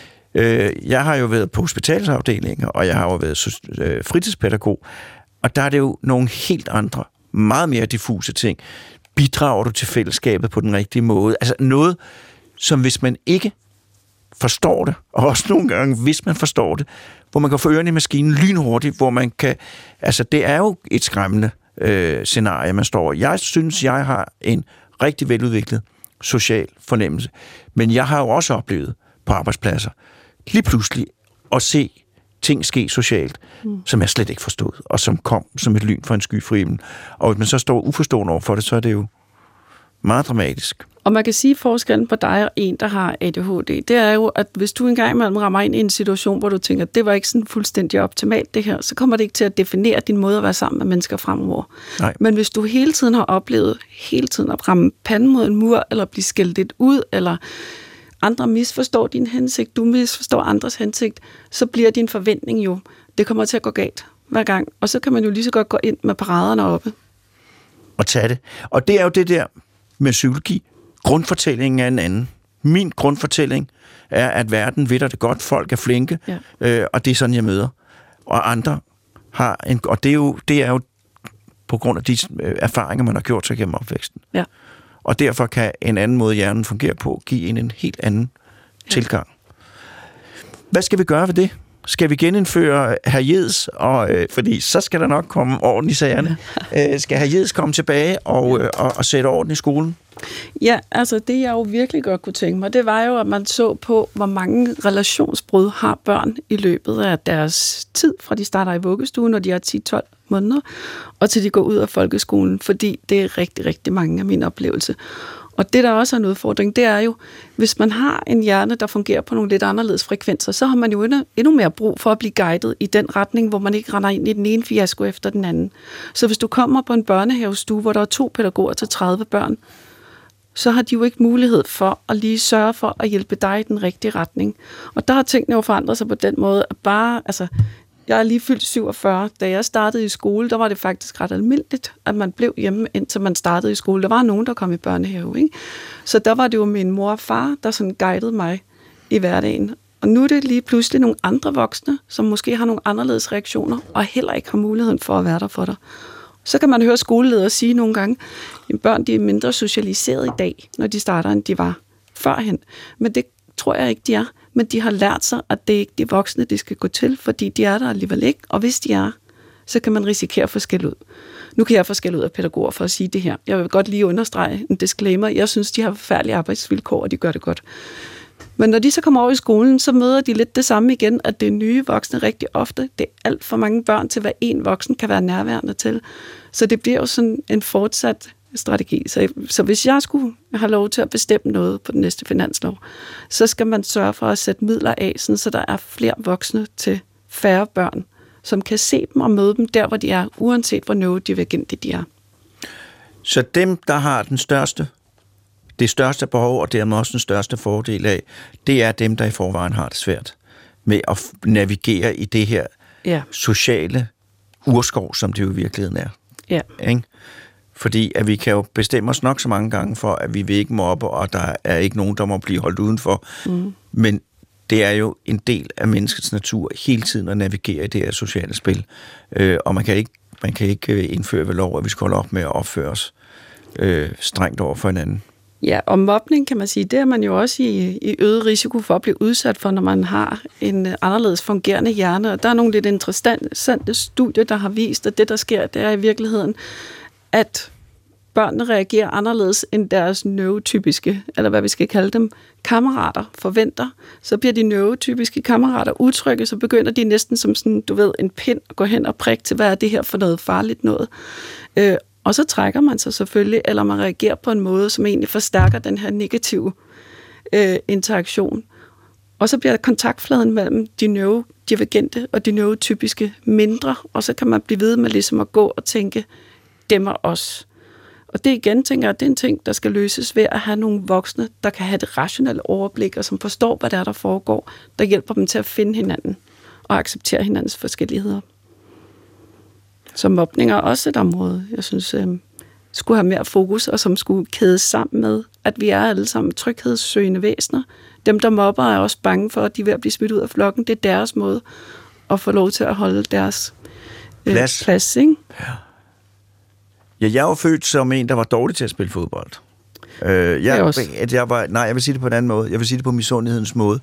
Jeg har jo været på hospitalsafdelinger, og jeg har jo været fritidspædagog, og der er det jo nogle helt andre, meget mere diffuse ting. Bidrager du til fællesskabet på den rigtige måde? Altså noget, som hvis man ikke forstår det, og også nogle gange, hvis man forstår det, hvor man kan få ørerne i maskinen lynhurtigt, hvor man kan... Altså, det er jo et skræmmende scenarie, man står i. Jeg synes, jeg har en rigtig veludviklet social fornemmelse, men jeg har jo også oplevet på arbejdspladser lige pludselig at se ting ske socialt, som jeg slet ikke forstod, og som kom som et lyn fra en skyfri himmel. Og hvis man så står uforstående over for det, så er det jo meget dramatisk. Og man kan sige forskellen på dig og en, der har ADHD, det er jo, at hvis du engang imellem rammer ind i en situation, hvor du tænker, det var ikke sådan fuldstændig optimalt det her, så kommer det ikke til at definere din måde at være sammen med mennesker fremover. Nej. Men hvis du hele tiden har oplevet at ramme panden mod en mur, eller blive skældt lidt ud, eller andre misforstår din hensigt, du misforstår andres hensigt, så bliver din forventning jo, det kommer til at gå galt hver gang. Og så kan man jo lige så godt gå ind med paraderne oppe. Og tage det. Og det er jo det der med psykologi. Grundfortællingen er en anden. Min grundfortælling er, at verden ved det godt, folk er flinke, og det er sådan, jeg møder. Og andre har en... Og det er jo på grund af de erfaringer, man har gjort sig gennem opvæksten. Ja. Og derfor kan en anden måde, hjernen fungerer på, give en helt anden tilgang. Hvad skal vi gøre ved det? Skal vi genindføre hr. Jeds, fordi så skal der nok komme orden i sagerne. Skal hr. Jeds komme tilbage og sætte orden i skolen? Ja, altså det jeg jo virkelig godt kunne tænke mig, det var jo, at man så på, hvor mange relationsbrud har børn i løbet af deres tid, fra de starter i vuggestuen, når de er 10-12 måneder, og til de går ud af folkeskolen, fordi det er rigtig, rigtig mange af min oplevelse. Og det, der også er en udfordring, det er jo, hvis man har en hjerne, der fungerer på nogle lidt anderledes frekvenser, så har man jo endnu mere brug for at blive guidet i den retning, hvor man ikke render ind i den ene fiasko efter den anden. Så hvis du kommer på en børnehavestue, hvor der er 2 pædagoger til 30 børn, så har de jo ikke mulighed for at lige sørge for at hjælpe dig i den rigtige retning. Og der har tingene jo forandret sig på den måde, at jeg er lige fyldt 47. Da jeg startede i skole, der var det faktisk ret almindeligt, at man blev hjemme, indtil man startede i skole. Der var nogen, der kom i børnehave, ikke? Så der var det jo min mor og far, der sådan guidede mig i hverdagen. Og nu er det lige pludselig nogle andre voksne, som måske har nogle anderledes reaktioner, og heller ikke har muligheden for at være der for dig. Så kan man høre skoleledere sige nogle gange, at børn de er mindre socialiseret i dag, når de starter, end de var førhen. Men det tror jeg ikke, de er. Men de har lært sig, at det ikke er de voksne, de skal gå til, fordi de er der alligevel ikke. Og hvis de er, så kan man risikere at få skæld ud. Nu kan jeg få skæld ud af pædagoger for at sige det her. Jeg vil godt lige understrege en disclaimer. Jeg synes, de har forfærdelige arbejdsvilkår, og de gør det godt. Men når de så kommer over i skolen, så møder de lidt det samme igen, at det er nye voksne rigtig ofte. Det er alt for mange børn til, hvad en voksen kan være nærværende til. Så det bliver jo sådan en fortsat strategi. Så hvis jeg skulle have lov til at bestemme noget på den næste finanslov, så skal man sørge for at sætte midler af, sådan, så der er flere voksne til færre børn, som kan se dem og møde dem der, hvor de er, uanset hvor neurodivergente de er. Så dem, der har det største behov, og dermed også den største fordel af, det er dem, der i forvejen har det svært med at navigere i det her sociale urskov, som det jo i virkeligheden er. Ja. Ikke? Fordi at vi kan jo bestemme os nok så mange gange for, at vi vil ikke mobbe, og der er ikke nogen, der må blive holdt udenfor. Men det er jo en del af menneskets natur hele tiden at navigere i det her sociale spil. Og man kan ikke indføre ved lov, at vi skal holde op med at opføre os strengt over for hinanden. Ja, og mobning, kan man sige, det er man jo også i øget risiko for at blive udsat for, når man har en anderledes fungerende hjerne. Og der er nogle lidt interessante studier, der har vist, at det, der sker, det er i virkeligheden, at børnene reagerer anderledes end deres neurotypiske, eller hvad vi skal kalde dem, kammerater forventer. Så bliver de neurotypiske kammerater utrygge, så begynder de næsten som sådan, du ved, en pind at gå hen og prikke til, hvad er det her for noget farligt noget. Og så trækker man sig selvfølgelig, eller man reagerer på en måde, som egentlig forstærker den her negative interaktion. Og så bliver kontaktfladen mellem de neurodivergente og de neurotypiske mindre, og så kan man blive ved med ligesom at gå og tænke, dem og os. Og det igen, tænker jeg, det er en ting, der skal løses ved at have nogle voksne, der kan have det rationelle overblik, og som forstår, hvad der foregår, der hjælper dem til at finde hinanden. og acceptere hinandens forskelligheder. Så mobning er også et område, jeg synes, skulle have mere fokus, og som skulle kædes sammen med, at vi er alle sammen tryghedssøgende væsener. Dem, der mobber, er også bange for, at de er ved at blive smidt ud af flokken. Det er deres måde at få lov til at holde deres plads, ikke? Ja. Ja, jeg var født som en, der var dårlig til at spille fodbold. Jeg vil sige det på en anden måde. Jeg vil sige det på misundelighedens måde.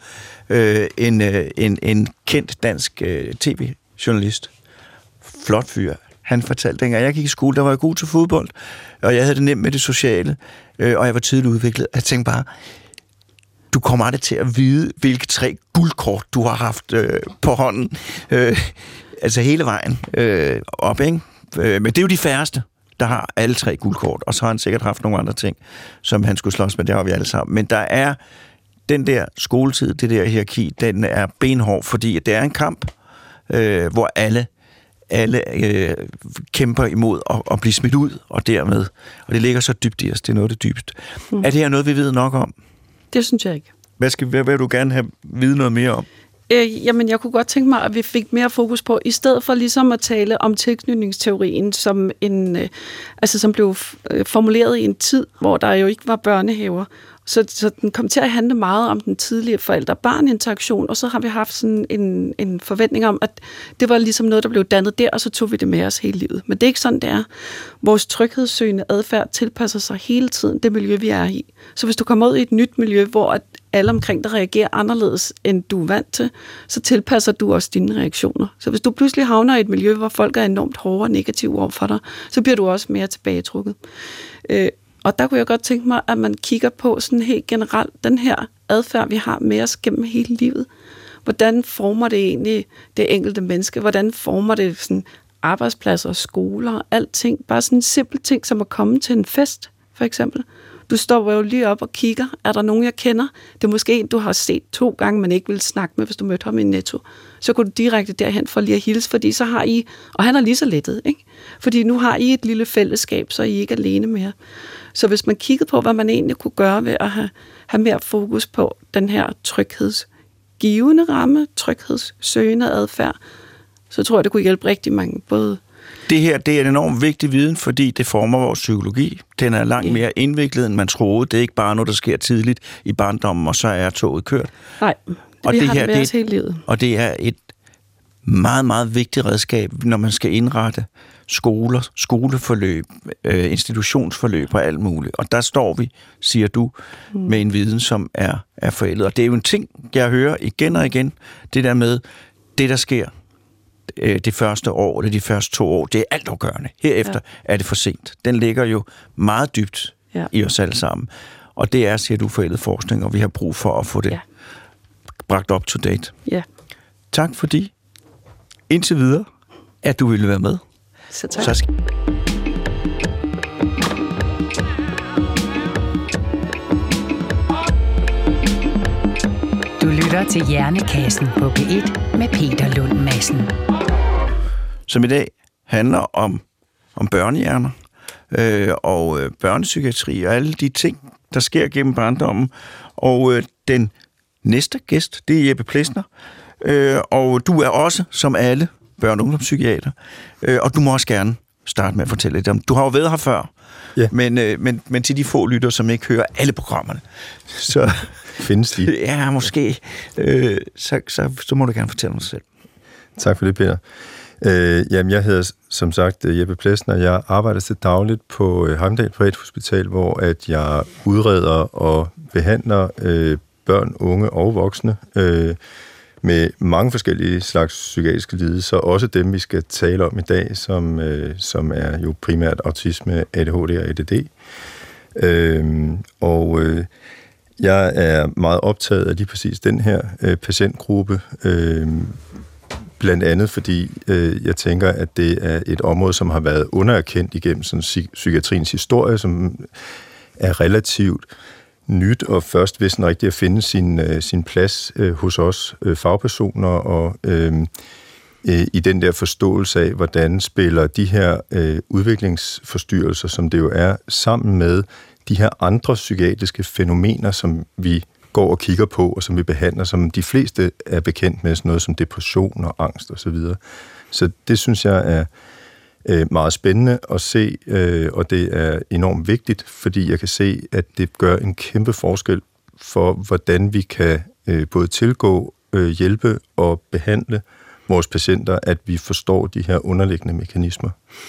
En kendt dansk tv-journalist, flot fyr, han fortalte, dengang jeg gik i skole, der var jeg god til fodbold, og jeg havde det nemt med det sociale, og jeg var tidligt udviklet. Jeg tænkte bare, du kommer aldrig til at vide, hvilke 3 guldkort du har haft på hånden. Altså hele vejen op, ikke? Men det er jo de færreste, der har alle 3 guldkort, og så har han sikkert haft nogle andre ting, som han skulle slås med, det har vi alle sammen. Men der er den der skoletid, det der hierarki, den er benhård, fordi det er en kamp, hvor alle kæmper imod at blive smidt ud, og dermed, og det ligger så dybt i os, det er noget af det dybeste. Er det her noget, vi ved nok om? Det synes jeg ikke. Hvad vil du gerne vide noget mere om? Jamen, jeg kunne godt tænke mig, at vi fik mere fokus på, i stedet for ligesom at tale om tilknytningsteorien, som som blev formuleret i en tid, hvor der jo ikke var børnehaver. Så den kom til at handle meget om den tidlige forældre-barn-interaktion, og så har vi haft sådan en forventning om, at det var ligesom noget, der blev dannet der, og så tog vi det med os hele livet. Men det er ikke sådan, det er. Vores tryghedssøgende adfærd tilpasser sig hele tiden det miljø, vi er i. Så hvis du kommer ud i et nyt miljø, hvor alle omkring dig reagerer anderledes, end du er vant til, så tilpasser du også dine reaktioner. Så hvis du pludselig havner i et miljø, hvor folk er enormt hårde og negative over for dig, så bliver du også mere tilbagetrukket. Og der kunne jeg godt tænke mig, at man kigger på sådan helt generelt den her adfærd, vi har med os gennem hele livet. Hvordan former det egentlig det enkelte menneske? Hvordan former det sådan arbejdspladser, skoler, alting? Bare sådan en simpel ting som at komme til en fest, for eksempel. Du står jo lige op og kigger. Er der nogen, jeg kender? Det er måske en, du har set 2 gange, men ikke vil snakke med, hvis du mødte ham i Netto. Så går du direkte derhen for lige at hilse, fordi så har I, og han er lige så lettet, ikke? Fordi nu har I et lille fællesskab, så er I ikke alene mere. Så hvis man kiggede på, hvad man egentlig kunne gøre ved at have mere fokus på den her tryghedsgivende ramme, tryghedssøgende adfærd, så tror jeg, det kunne hjælpe rigtig mange. Både det her, det er en enormt vigtig viden, fordi det former vores psykologi. Den er langt mere indviklet, end man troede. Det er ikke bare noget, der sker tidligt i barndommen, og så er toget kørt. Nej, vi har det med os hele livet. Og det er et meget, meget vigtigt redskab, når man skal indrette skoler, skoleforløb, institutionsforløb og alt muligt. Og der står vi, siger du, med en viden, som er forældet. Og det er jo en ting, jeg hører igen og igen, det der med, det der sker det første år, eller de første 2 år, det er altafgørende. Herefter er det for sent. Den ligger jo meget dybt i os alle sammen. Og det er, siger du, forældet forskning, og vi har brug for at få det bragt up to date. Ja. Tak fordi, indtil videre, at du ville være med. Så tak. Du lytter til Hjernekassen på P1 med Peter Lund Madsen. Som i dag handler om børnehjerner og børnepsykiatri og alle de ting, der sker gennem barndommen. Og den næste gæst, det er Jeppe Plesner. Og du er også, som alle, børne- og ungdomspsykiater. Og du må også gerne starte med at fortælle lidt om. Du har jo været her før, men til de få lytter, som ikke hører alle programmerne, så findes de? Ja, måske. Så må du gerne fortælle mig selv. Tak for det, Peter. Jamen, jeg hedder som sagt Jeppe Plesner. Jeg arbejder til dagligt på Heimdal Privathospital, hvor at jeg udreder og behandler børn, unge og voksne med mange forskellige slags psykiatriske lidelser, også dem, vi skal tale om i dag, som er jo primært autisme, ADHD og ADD. Jeg er meget optaget af lige præcis den her patientgruppe, blandt andet fordi jeg tænker, at det er et område, som har været undererkendt igennem sådan psykiatriens historie, som er relativt nyt, og først ved sådan rigtigt at finde sin plads hos os fagpersoner, og i den der forståelse af, hvordan spiller de her udviklingsforstyrrelser, som det jo er, sammen med de her andre psykiatriske fænomener, som vi går og kigger på, og som vi behandler, som de fleste er bekendt med, sådan noget som depression og angst osv. Så det synes jeg er meget spændende at se, og det er enormt vigtigt, fordi jeg kan se, at det gør en kæmpe forskel for, hvordan vi kan både tilgå, hjælpe og behandle vores patienter, at vi forstår de her underliggende mekanismer.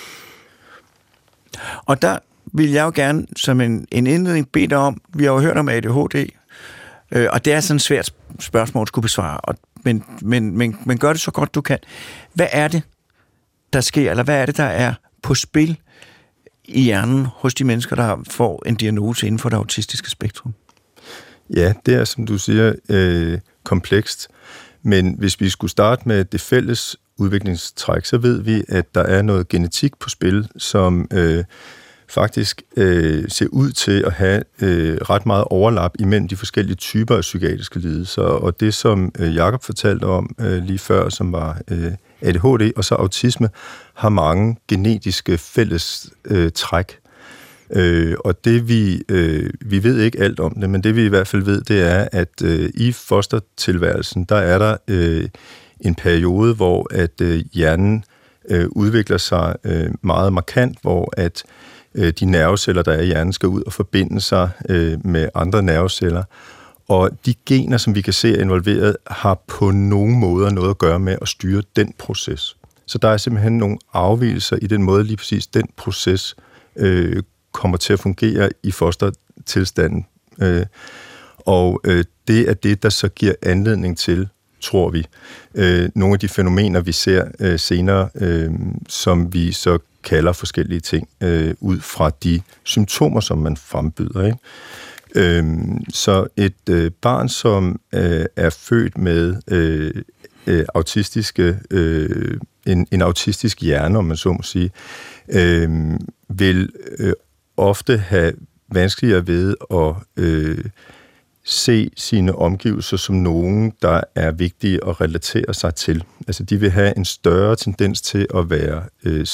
Og der vil jeg jo gerne som en indledning bede dig om, vi har jo hørt om ADHD, og det er sådan et svært spørgsmål at skulle besvare, men gør det så godt du kan. Hvad er det, der sker, eller hvad er det, der er på spil i hjernen hos de mennesker, der får en diagnose inden for det autistiske spektrum? Ja, det er, som du siger, komplekst. Men hvis vi skulle starte med det fælles udviklingstræk, så ved vi, at der er noget genetik på spil, som faktisk ser ud til at have ret meget overlap imellem de forskellige typer af psykiatriske lidelser. Og det, som Jakob fortalte om lige før, som var ADHD og så autisme, har mange genetiske fælles træk. Og det vi ved ikke alt om det, men det vi i hvert fald ved, det er, at i fostertilværelsen, der er der en periode, hvor at hjernen udvikler sig meget markant, hvor at de nerveceller, der er i hjernen, skal ud og forbinde sig med andre nerveceller. Og de gener, som vi kan se er involveret, har på nogen måder noget at gøre med at styre den proces. Så der er simpelthen nogle afvigelser i den måde, lige præcis den proces kommer til at fungere i fostertilstanden. Og det er det, der så giver anledning til, tror vi, nogle af de fænomener, vi ser senere, som vi så kalder forskellige ting, ud fra de symptomer, som man frembyder, ikke? Så et barn, som er født med autistiske, en autistisk hjerne, om man så må sige, vil ofte have vanskeligere ved at se sine omgivelser som nogen, der er vigtige at relatere sig til. Altså, de vil have en større tendens til at være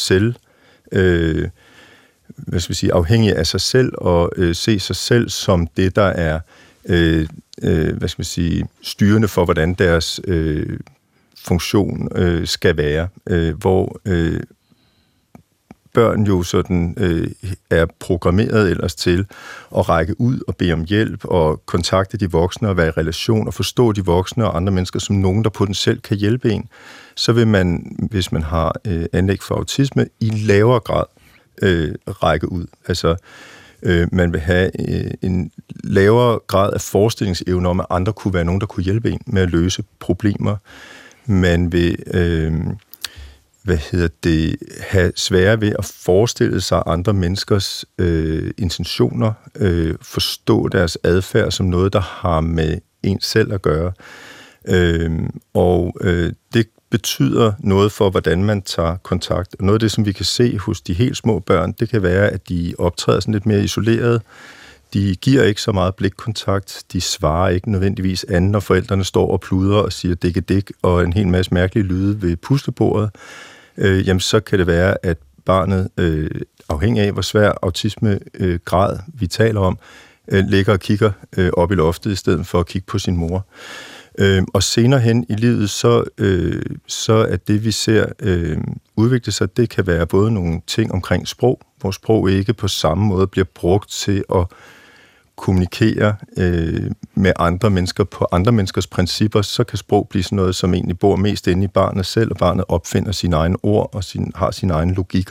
afhængige af sig selv og se sig selv som det, der er styrende for, hvordan deres funktion skal være, hvor børn jo sådan er programmeret ellers til at række ud og bede om hjælp og kontakte de voksne og være i relation og forstå de voksne og andre mennesker som nogen, der potentielt kan hjælpe en. Så vil man, hvis man har anlæg for autisme, i lavere grad række ud. Altså, man vil have en lavere grad af forestillingsevne om, at andre kunne være nogen, der kunne hjælpe en med at løse problemer. Man vil have svære ved at forestille sig andre menneskers intentioner, forstå deres adfærd som noget, der har med en selv at gøre. Det betyder noget for, hvordan man tager kontakt. Noget af det, som vi kan se hos de helt små børn, det kan være, at de optræder sådan lidt mere isoleret. De giver ikke så meget blikkontakt. De svarer ikke nødvendigvis andet, når forældrene står og pludrer og siger dik og en hel masse mærkelige lyde ved puslebordet. Jamen så kan det være, at barnet, afhængig af hvor svær autismegrad vi taler om, ligger og kigger op i loftet, i stedet for at kigge på sin mor. Og senere hen i livet, så er det, vi ser udvikle sig, det kan være både nogle ting omkring sprog, hvor sprog ikke på samme måde bliver brugt til at kommunikere med andre mennesker på andre menneskers principper, så kan sprog blive sådan noget, som egentlig bor mest inde i barnet selv, og barnet opfinder sine egne ord og har sine egne logikker.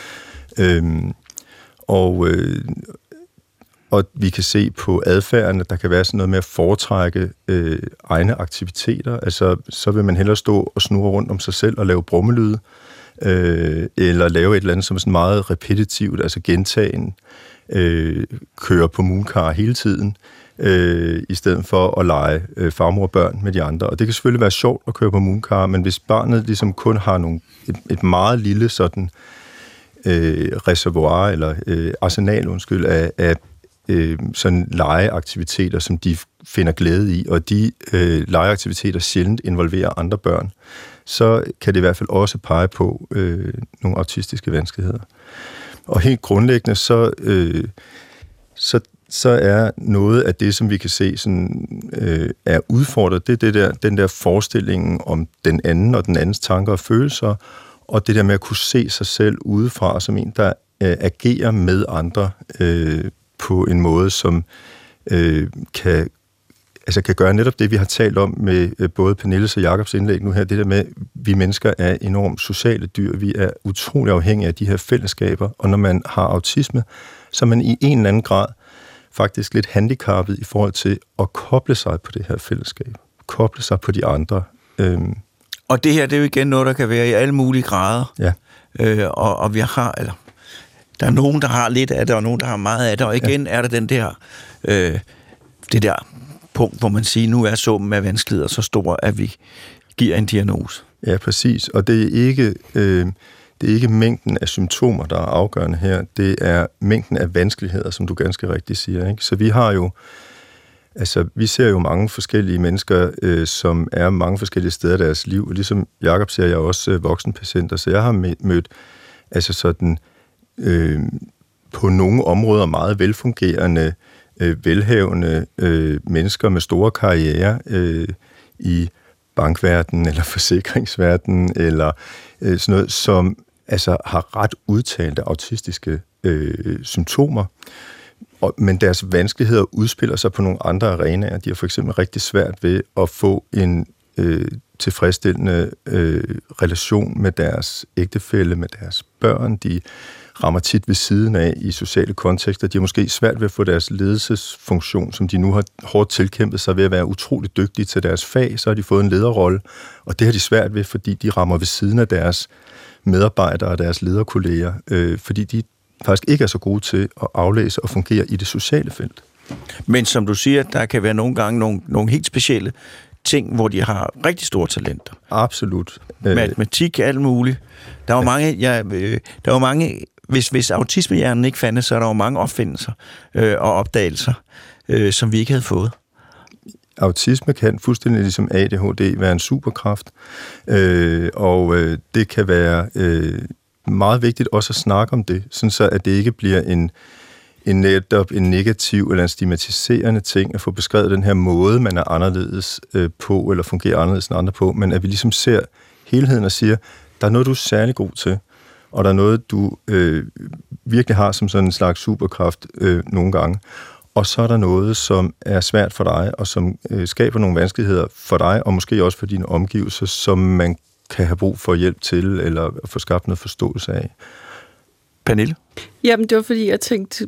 Og vi kan se på adfærden, at der kan være sådan noget med at foretrække egne aktiviteter. Altså, så vil man hellere stå og snurre rundt om sig selv og lave brummelyde, eller lave et eller andet som sådan meget repetitivt, altså gentagen, køre på mooncar hele tiden, i stedet for at lege farmor og børn med de andre. Og det kan selvfølgelig være sjovt at køre på mooncar, men hvis barnet ligesom kun har et meget lille sådan reservoir, eller arsenal, af sådan legeaktiviteter, som de finder glæde i, og de legeaktiviteter sjældent involverer andre børn, så kan det i hvert fald også pege på nogle autistiske vanskeligheder. Og helt grundlæggende, så så er noget af det, som vi kan se sådan, er udfordret, det er den der forestilling om den anden og den andens tanker og følelser, og det der med at kunne se sig selv udefra som en, der agerer med andre på en måde, som kan gøre netop det, vi har talt om med både Pernilles og Jacobs indlæg nu her, det der med, at vi mennesker er enormt sociale dyr, vi er utrolig afhængige af de her fællesskaber, og når man har autisme, så er man i en eller anden grad faktisk lidt handicappet i forhold til at koble sig på det her fællesskab, koble sig på de andre. Og det her, det er jo igen noget, der kan være i alle mulige grader. Ja. Og vi har, eller der er nogen, der har lidt af det, og nogen, der har meget af det, og igen er der den der, det der punkt, hvor man siger, nu er summen af vanskeligheder så stor, at vi giver en diagnose. Ja, præcis. Og det er ikke mængden af symptomer, der er afgørende her. Det er mængden af vanskeligheder, som du ganske rigtigt siger. Ikke? Så vi ser jo mange forskellige mennesker, som er mange forskellige steder i deres liv. Og ligesom Jacob ser jeg også voksenpatienter, så jeg har mødt på nogle områder meget velfungerende, velhavende mennesker med store karrierer i bankverdenen eller forsikringsverdenen eller sådan noget, som har ret udtalte autistiske symptomer. Men deres vanskeligheder udspiller sig på nogle andre arenaer. De har for eksempel rigtig svært ved at få en tilfredsstillende relation med deres ægtefælle, med deres børn. De rammer tit ved siden af i sociale kontekster. De har måske svært ved at få deres ledelsesfunktion, som de nu har hårdt tilkæmpet sig ved at være utrolig dygtige til deres fag. Så har de fået en lederrolle, og det har de svært ved, fordi de rammer ved siden af deres medarbejdere og deres lederkolleger, fordi de faktisk ikke er så gode til at aflæse og fungere i det sociale felt. Men som du siger, der kan være nogle gange nogle helt specielle ting, hvor de har rigtig store talenter. Absolut. Matematik, alt muligt. Der var mange, hvis autismehjernen ikke fandtes, så er der jo mange opfindelser og opdagelser, som vi ikke havde fået. Autisme kan fuldstændig ligesom ADHD være en superkraft, og det kan være meget vigtigt også at snakke om det, sådan så at det ikke bliver en negativ eller en stigmatiserende ting at få beskrevet den her måde, man er anderledes på, eller fungerer anderledes end andre på, men at vi ligesom ser helheden og siger, der er noget, du er særlig god til, og der er noget, du virkelig har som sådan en slags superkraft nogle gange. Og så er der noget, som er svært for dig, og som skaber nogle vanskeligheder for dig, og måske også for dine omgivelser, som man kan have brug for hjælp til, eller få skabt noget forståelse af. Pernille? Jamen, det var fordi, jeg tænkte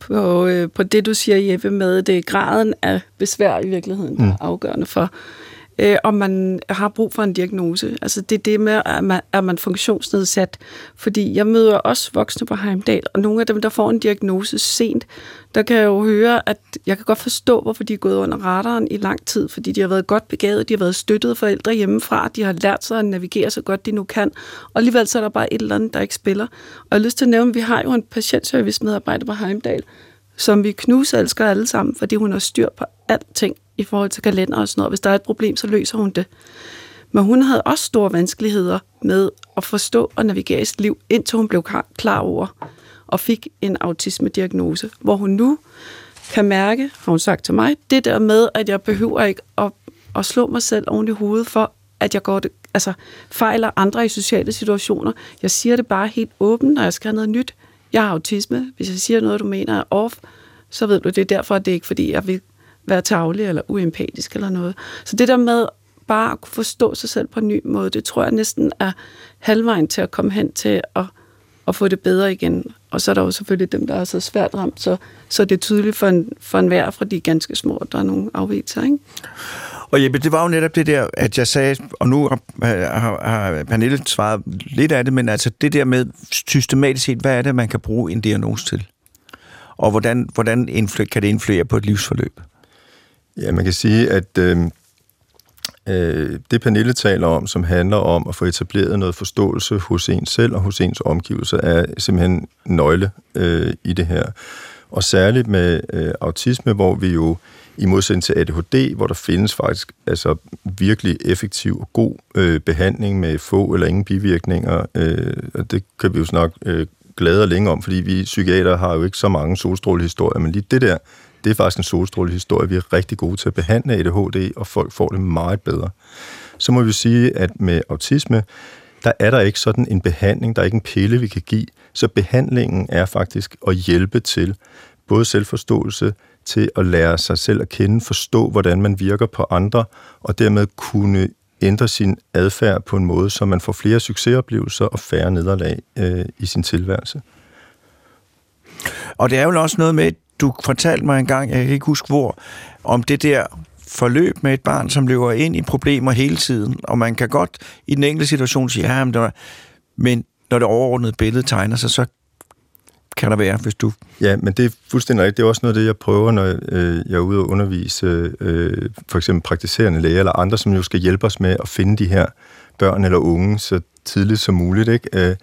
på det, du siger, Jeppe, med det graden af besvær i virkeligheden, der er afgørende for, om man har brug for en diagnose. Altså det er det med, at man funktionsnedsat. Fordi jeg møder også voksne på Heimdal, og nogle af dem, der får en diagnose sent, der kan jeg jo høre, at jeg kan godt forstå, hvorfor de er gået under radaren i lang tid, fordi de har været godt begavet, de har været støttet forældre hjemmefra, de har lært sig at navigere så godt de nu kan, og alligevel så er der bare et eller andet, der ikke spiller. Og jeg har lyst til at nævne, at vi har jo en patientservice-medarbejder på Heimdal, som vi knuselsker alle sammen, fordi hun har styr på alting i forhold til kalender og sådan noget. Hvis der er et problem, så løser hun det. Men hun havde også store vanskeligheder med at forstå og navigere i sit liv, indtil hun blev klar over og fik en autisme-diagnose, hvor hun nu kan mærke, har hun sagt til mig, det der med, at jeg behøver ikke at slå mig selv oven i hovedet for, at jeg fejler andre i sociale situationer. Jeg siger det bare helt åbent, når jeg skal have noget nyt. Jeg har autisme. Hvis jeg siger noget, du mener er off, så ved du, det er derfor, at det er ikke fordi, jeg vil være tarvelig eller uempatisk eller noget. Så det der med bare at kunne forstå sig selv på en ny måde, det tror jeg næsten er halvvejen til at komme hen til at få det bedre igen. Og så er der jo selvfølgelig dem, der er så svært ramt, så det er tydeligt for enhver fra de ganske små, der er nogle afvigelser, ikke? Og Jeppe, det var jo netop det der, at jeg sagde, og nu har Pernille svaret lidt af det, men altså det der med systematisk set, hvad er det, man kan bruge en diagnose til? Og hvordan kan det influere på et livsforløb? Ja, man kan sige, at det Pernille taler om, som handler om at få etableret noget forståelse hos en selv og hos ens omgivelser, er simpelthen nøgle i det her. Og særligt med autisme, hvor vi jo i modsætning til ADHD, hvor der findes faktisk virkelig effektiv og god behandling med få eller ingen bivirkninger, og det kan vi jo snakke glade og længe om, fordi vi psykiatere har jo ikke så mange solstrålehistorier, men lige det der, det er faktisk en solstrålehistorie. Vi er rigtig gode til at behandle ADHD, og folk får det meget bedre. Så må vi sige, at med autisme, der er der ikke sådan en behandling, der er ikke en pille, vi kan give. Så behandlingen er faktisk at hjælpe til både selvforståelse, til at lære sig selv at kende, forstå, hvordan man virker på andre, og dermed kunne ændre sin adfærd på en måde, så man får flere succesoplevelser og færre nederlag i sin tilværelse. Og det er jo også noget med, du fortalte mig engang, jeg kan ikke huske hvor, om det der forløb med et barn, som løber ind i problemer hele tiden, og man kan godt i den enkelte situation sige, men når det overordnede billede tegner sig, så kan der være, hvis du... Ja, men det er fuldstændig rigtigt. Det er også noget af det, jeg prøver, når jeg er ude og undervise for eksempel praktiserende læger eller andre, som jo skal hjælpe os med at finde de her børn eller unge så tidligt som muligt, ikke?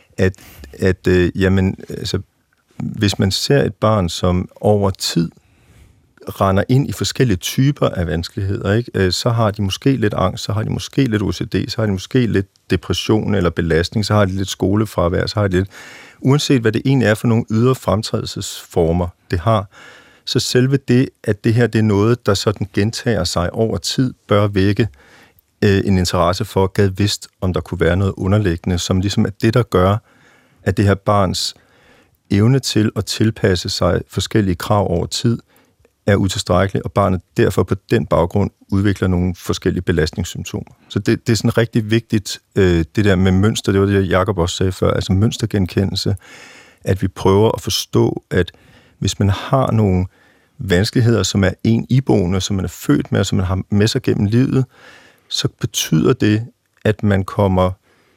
Jamen, altså, hvis man ser et barn, som over tid render ind i forskellige typer af vanskeligheder, ikke? Så har de måske lidt angst, så har de måske lidt OCD, så har de måske lidt depression eller belastning, så har de lidt skolefravær, så har de lidt... Uanset hvad det egentlig er for nogle ydre fremtrædelsesformer, det har, så selve det, at det her det er noget, der sådan gentager sig over tid, bør vække en interesse for at gad vidst, om der kunne være noget underliggende, som ligesom er det, der gør, at det her barns evne til at tilpasse sig forskellige krav over tid, er utilstrækkelig, og barnet derfor på den baggrund udvikler nogle forskellige belastningssymptomer. Så det er sådan rigtig vigtigt, det der med mønster, det var det, Jacob også sagde før, altså mønstergenkendelse, at vi prøver at forstå, at hvis man har nogle vanskeligheder, som er en iboende, som man er født med, og som man har med sig gennem livet, så betyder det, at man kommer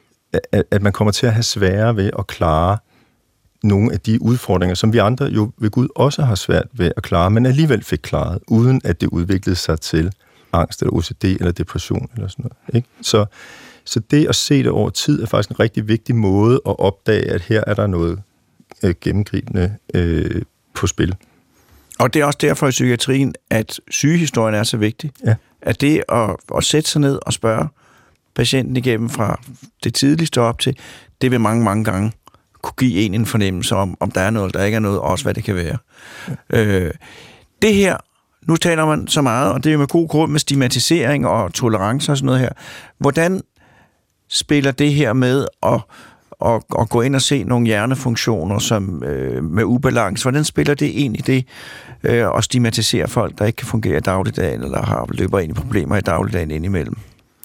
til at have sværere ved at klare nogle af de udfordringer, som vi andre jo ved Gud også har svært ved at klare, men alligevel fik klaret, uden at det udviklede sig til angst eller OCD eller depression eller sådan noget. Ikke? Så det at se det over tid er faktisk en rigtig vigtig måde at opdage, at her er der noget gennemgribende på spil. Og det er også derfor i psykiatrien, at sygehistorien er så vigtig. Ja. At det at sætte sig ned og spørge patienten igennem fra det tidligste op til, det vil mange gange kunne give en fornemmelse om der er noget, der ikke er noget, og også hvad det kan være. Ja. Det her, nu taler man så meget, og det er med god grund med stigmatisering og tolerance og sådan noget her. Hvordan spiller det her med at gå ind og se nogle hjernefunktioner som med ubalance? Hvordan spiller det egentlig det at stigmatisere folk, der ikke kan fungere i dagligdagen, eller løber ind i problemer i dagligdagen indimellem?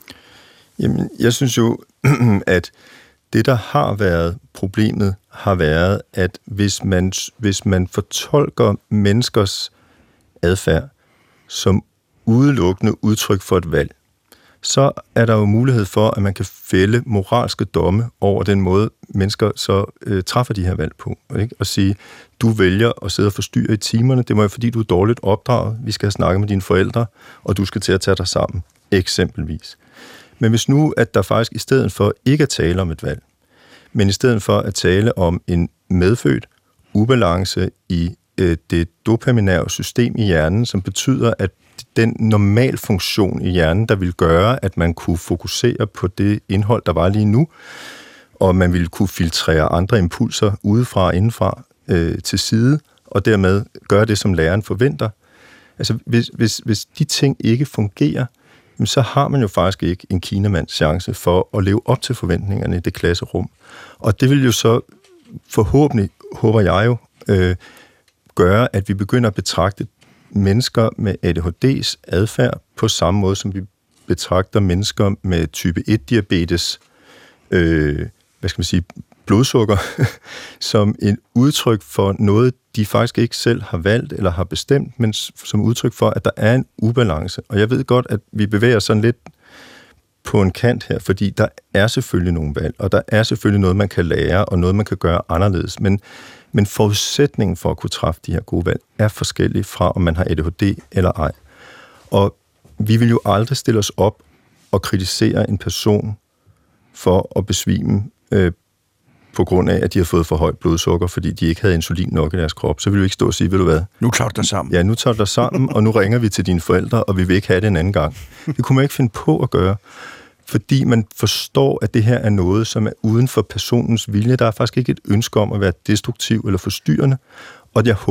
Jamen, jeg synes jo, at det, der har været problemet, har været, at hvis man fortolker menneskers adfærd som udelukkende udtryk for et valg, så er der jo mulighed for, at man kan fælde moralske domme over den måde, mennesker så træffer de her valg på. Ikke? Og sige, du vælger at sidde og forstyrre i timerne, det må jo fordi, du er dårligt opdraget, vi skal have snakket med dine forældre, og du skal til at tage dig sammen, eksempelvis. Men hvis nu, at der faktisk i stedet for ikke at tale om et valg, men i stedet for at tale om en medfødt ubalance i det dopaminære system i hjernen, som betyder, at den normal funktion i hjernen, der vil gøre, at man kunne fokusere på det indhold, der var lige nu, og man ville kunne filtrere andre impulser udefra og indenfra til side, og dermed gøre det, som læreren forventer. Altså, hvis de ting ikke fungerer, så har man jo faktisk ikke en kinamands chance for at leve op til forventningerne i det klasserum. Og det vil jo så forhåbentlig, håber jeg jo, gøre, at vi begynder at betragte mennesker med ADHD's adfærd på samme måde, som vi betragter mennesker med type 1-diabetes, blodsukker, som en udtryk for noget, de faktisk ikke selv har valgt eller har bestemt, men som udtryk for, at der er en ubalance. Og jeg ved godt, at vi bevæger sådan lidt på en kant her, fordi der er selvfølgelig nogle valg, og der er selvfølgelig noget, man kan lære, og noget, man kan gøre anderledes. Men forudsætningen for at kunne træffe de her gode valg er forskellig fra, om man har ADHD eller ej. Og vi vil jo aldrig stille os op og kritisere en person for at besvime på grund af, at de har fået for højt blodsukker, fordi de ikke havde insulin nok i deres krop. Så vil du ikke stå og sige, ved du hvad? Nu tager dig sammen. Ja, nu tager dig sammen, og nu ringer vi til dine forældre, og vi vil ikke have det en anden gang. Det kunne man ikke finde på at gøre, fordi man forstår, at det her er noget, som er uden for personens vilje. Der er faktisk ikke et ønske om at være destruktiv eller forstyrrende, og jeg håber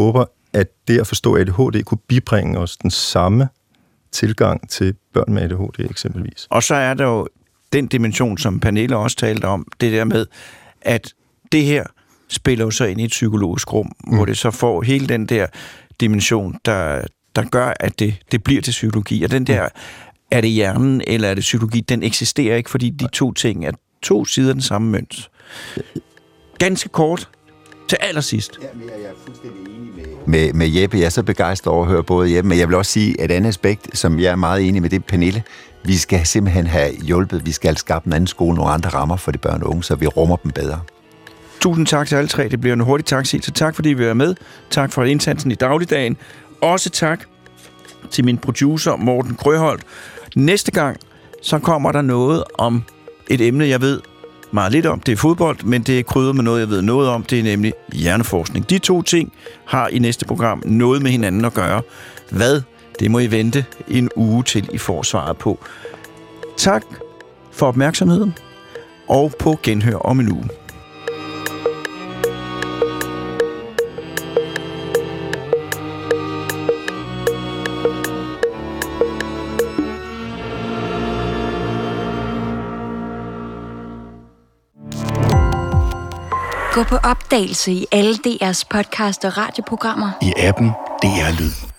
at det at forstå ADHD kunne bibringe os den samme tilgang til børn med ADHD eksempelvis. Og så er der jo den dimension, som Pernille også talte om, det der med, at det her spiller jo så ind i et psykologisk rum, hvor det så får hele den der dimension, der gør, at det bliver til psykologi. Og den der, er det hjernen, eller er det psykologi, den eksisterer ikke, fordi de to ting er to sider af den samme mønt. Ganske kort, til allersidst. Ja, men jeg er fuldstændig enig med Jeppe. Jeg er så begejstret over at høre både Jeppe, men jeg vil også sige et andet aspekt, som jeg er meget enig med, det er Pernille. Vi skal simpelthen have hjulpet, vi skal skabe en anden skole, nogle andre rammer for de børn og unge, så vi rummer dem bedre. Tusind tak til alle tre. Det bliver en hurtig taksigelse. Tak fordi vi var med. Tak for indsatsen i dagligdagen. Også tak til min producer Morten Krøholt. Næste gang, så kommer der noget om et emne, jeg ved meget lidt om. Det er fodbold, men det er krydret med noget, jeg ved noget om. Det er nemlig hjerneforskning. De to ting har i næste program noget med hinanden at gøre. Hvad? Det må I vente en uge til, I får svaret på. Tak for opmærksomheden, og på genhør om en uge. Gå på opdagelse i alle DR's podcast og radioprogrammer. I appen DR Lyd.